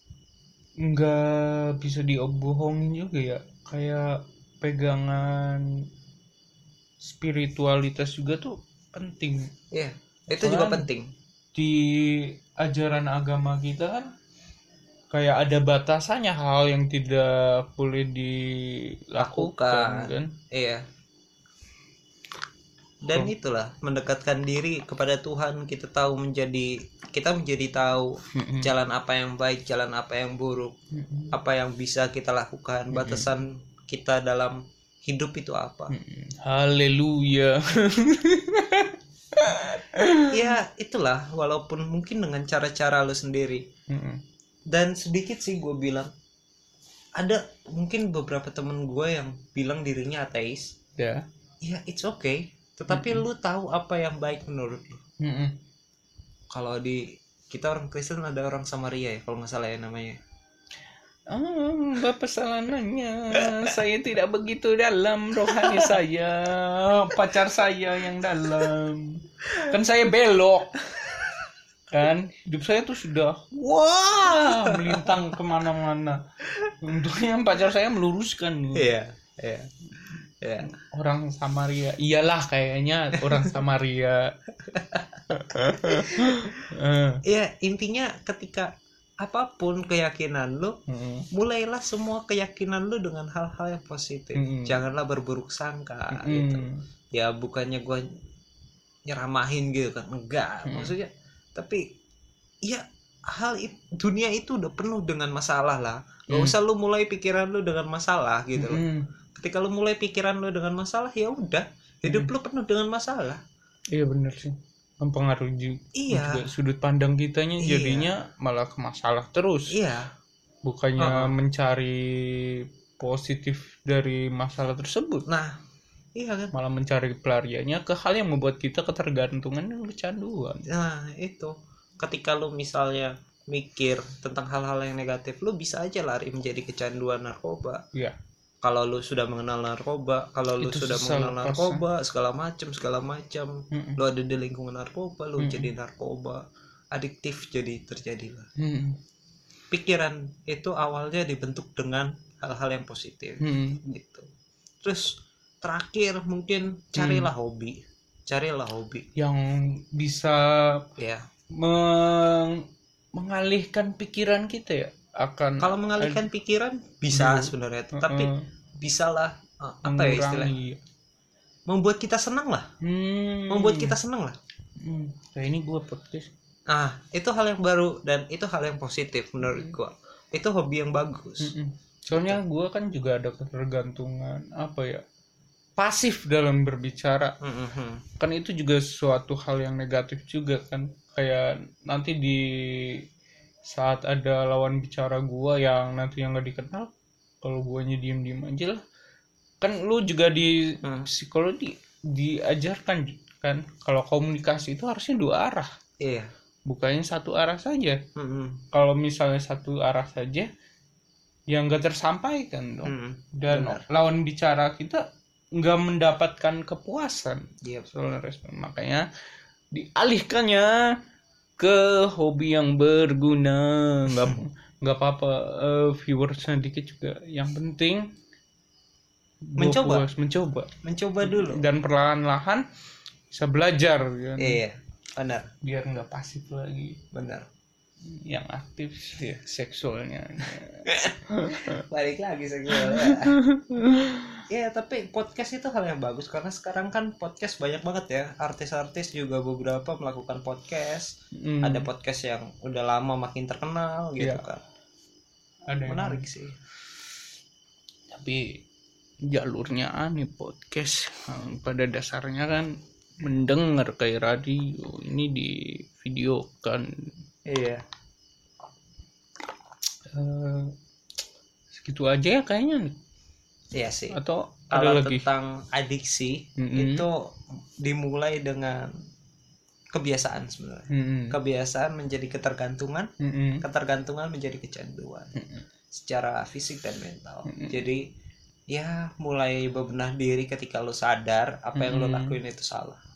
nggak bisa diobohongin juga ya, kayak pegangan spiritualitas juga tuh penting. Iya, itu Soalnya juga penting. Di ajaran agama kita kan kayak ada batasannya, hal yang tidak boleh dilakukan kan. Iya. Dan Oh. itulah mendekatkan diri kepada Tuhan, kita tahu menjadi kita menjadi tahu Mm-mm. jalan apa yang baik, jalan apa yang buruk, Mm-mm. apa yang bisa kita lakukan, batasan kita dalam hidup itu apa. Mm-mm. Haleluya. Ya itulah, walaupun mungkin dengan cara-cara lo sendiri. Mm-mm. Dan sedikit sih gue bilang, ada mungkin beberapa temen gue yang bilang dirinya ateis. Ya. Ya it's okay, tetapi Mm-mm. lu tahu apa yang baik menurut lu. Mm-mm. Kalau di kita orang Kristen ada orang Samaria ya kalau nggak salah ya namanya. Oh, Bapak salah nanya. Saya tidak begitu dalam rohani saya. Pacar saya yang dalam. Kan saya belok. Kan hidup saya tuh sudah wah melintang kemana-mana. Untungnya pacar saya meluruskan. Iya, iya. Ya. Orang Samaria. Iyalah kayaknya orang Samaria. Ya intinya ketika apapun keyakinan lu, Mm-mm. mulailah semua keyakinan lu dengan hal-hal yang positif. Mm-mm. Janganlah berburuk sangka Mm-mm. gitu. Ya bukannya gue nyeramahin gitu kan, enggak. Mm-mm. Maksudnya tapi ya hal it, dunia itu udah penuh dengan masalah lah. Gak Mm. usah lu mulai pikiran lu dengan masalah gitu loh. Mm-mm. Ketika lu mulai pikiran lu dengan masalah, ya udah, hidup Mm. lu penuh dengan masalah. Iya benar sih, mempengaruhi juga, Iya. juga sudut pandang kitanya. Iya. Jadinya malah ke masalah terus. Iya. Bukannya Uh-uh. mencari positif dari masalah tersebut, Nah, iya kan. malah mencari pelariannya ke hal yang membuat kita ketergantungan dan kecanduan. Nah, itu. Ketika lu misalnya mikir tentang hal-hal yang negatif, lu bisa aja lari menjadi kecanduan narkoba. Iya. Kalau lu sudah mengenal narkoba, kalau lu Itu sudah susah mengenal lepasnya. narkoba, segala macam, segala macam, Mm-mm. lu ada di lingkungan narkoba, lu Mm-mm. jadi narkoba, adiktif jadi terjadilah. Mm-mm. Pikiran itu awalnya dibentuk dengan hal-hal yang positif. Mm-mm. Gitu. Terus terakhir mungkin carilah hobi, carilah hobi. Yang bisa Ya. meng- mengalihkan pikiran kita ya akan. Kalau mengalihkan pikiran bisa Dulu. sebenarnya, tapi Uh-uh. bisalah uh, apa ya istilahnya? mengurangi. Membuat kita senang lah, Hmm. membuat kita senang lah. Hmm. Kayak ini gue podcast. Ah, itu hal yang baru dan itu hal yang positif menurut gua. Itu hobi yang bagus. Mm-mm. Soalnya gue kan juga ada ketergantungan apa ya, pasif dalam berbicara. Mm-hmm. Kan itu juga suatu hal yang negatif juga kan. Kayak nanti di saat ada lawan bicara gue yang nanti yang gak dikenal, kalau guanya diem-diem aja lah. Kan lu juga di Hmm. psikologi diajarkan kan kalau komunikasi itu harusnya dua arah, Iya. bukannya satu arah saja. Mm-hmm. Kalau misalnya satu arah saja yang gak tersampaikan dong. Mm-hmm. Dan Benar. lawan bicara kita nggak mendapatkan kepuasan Iya. soal respon, makanya dialihkannya ke hobi yang berguna. Nggak nggak apa-apa uh, viewersnya dikit juga, yang penting gua Mencoba. puas, mencoba Mencoba dulu. dan perlahan-lahan bisa belajar kan, Iya, benar, biar nggak pasif lagi, benar. yang aktif ya seksualnya. Balik lagi seksual ya. Ya, tapi podcast itu hal yang bagus karena sekarang kan podcast banyak banget ya. Artis-artis juga beberapa melakukan podcast. Hmm, Ada podcast yang udah lama makin terkenal gitu Iya. kan. ada yang- Menarik sih. tapi jalurnya aneh podcast. Hmm, pada dasarnya kan mendengar kayak radio, ini di video kan. Iya. Eh, segitu aja ya kayaknya nih, Iya sih. atau Kalau ada lagi? tentang adiksi Mm-mm. itu dimulai dengan kebiasaan sebenarnya. Mm-mm. Kebiasaan menjadi ketergantungan, Mm-mm. ketergantungan menjadi kecanduan. Mm-mm. secara fisik dan mental. Mm-mm. Jadi ya mulai bebenah diri ketika lo sadar apa yang lo Mm-mm. lakuin itu salah.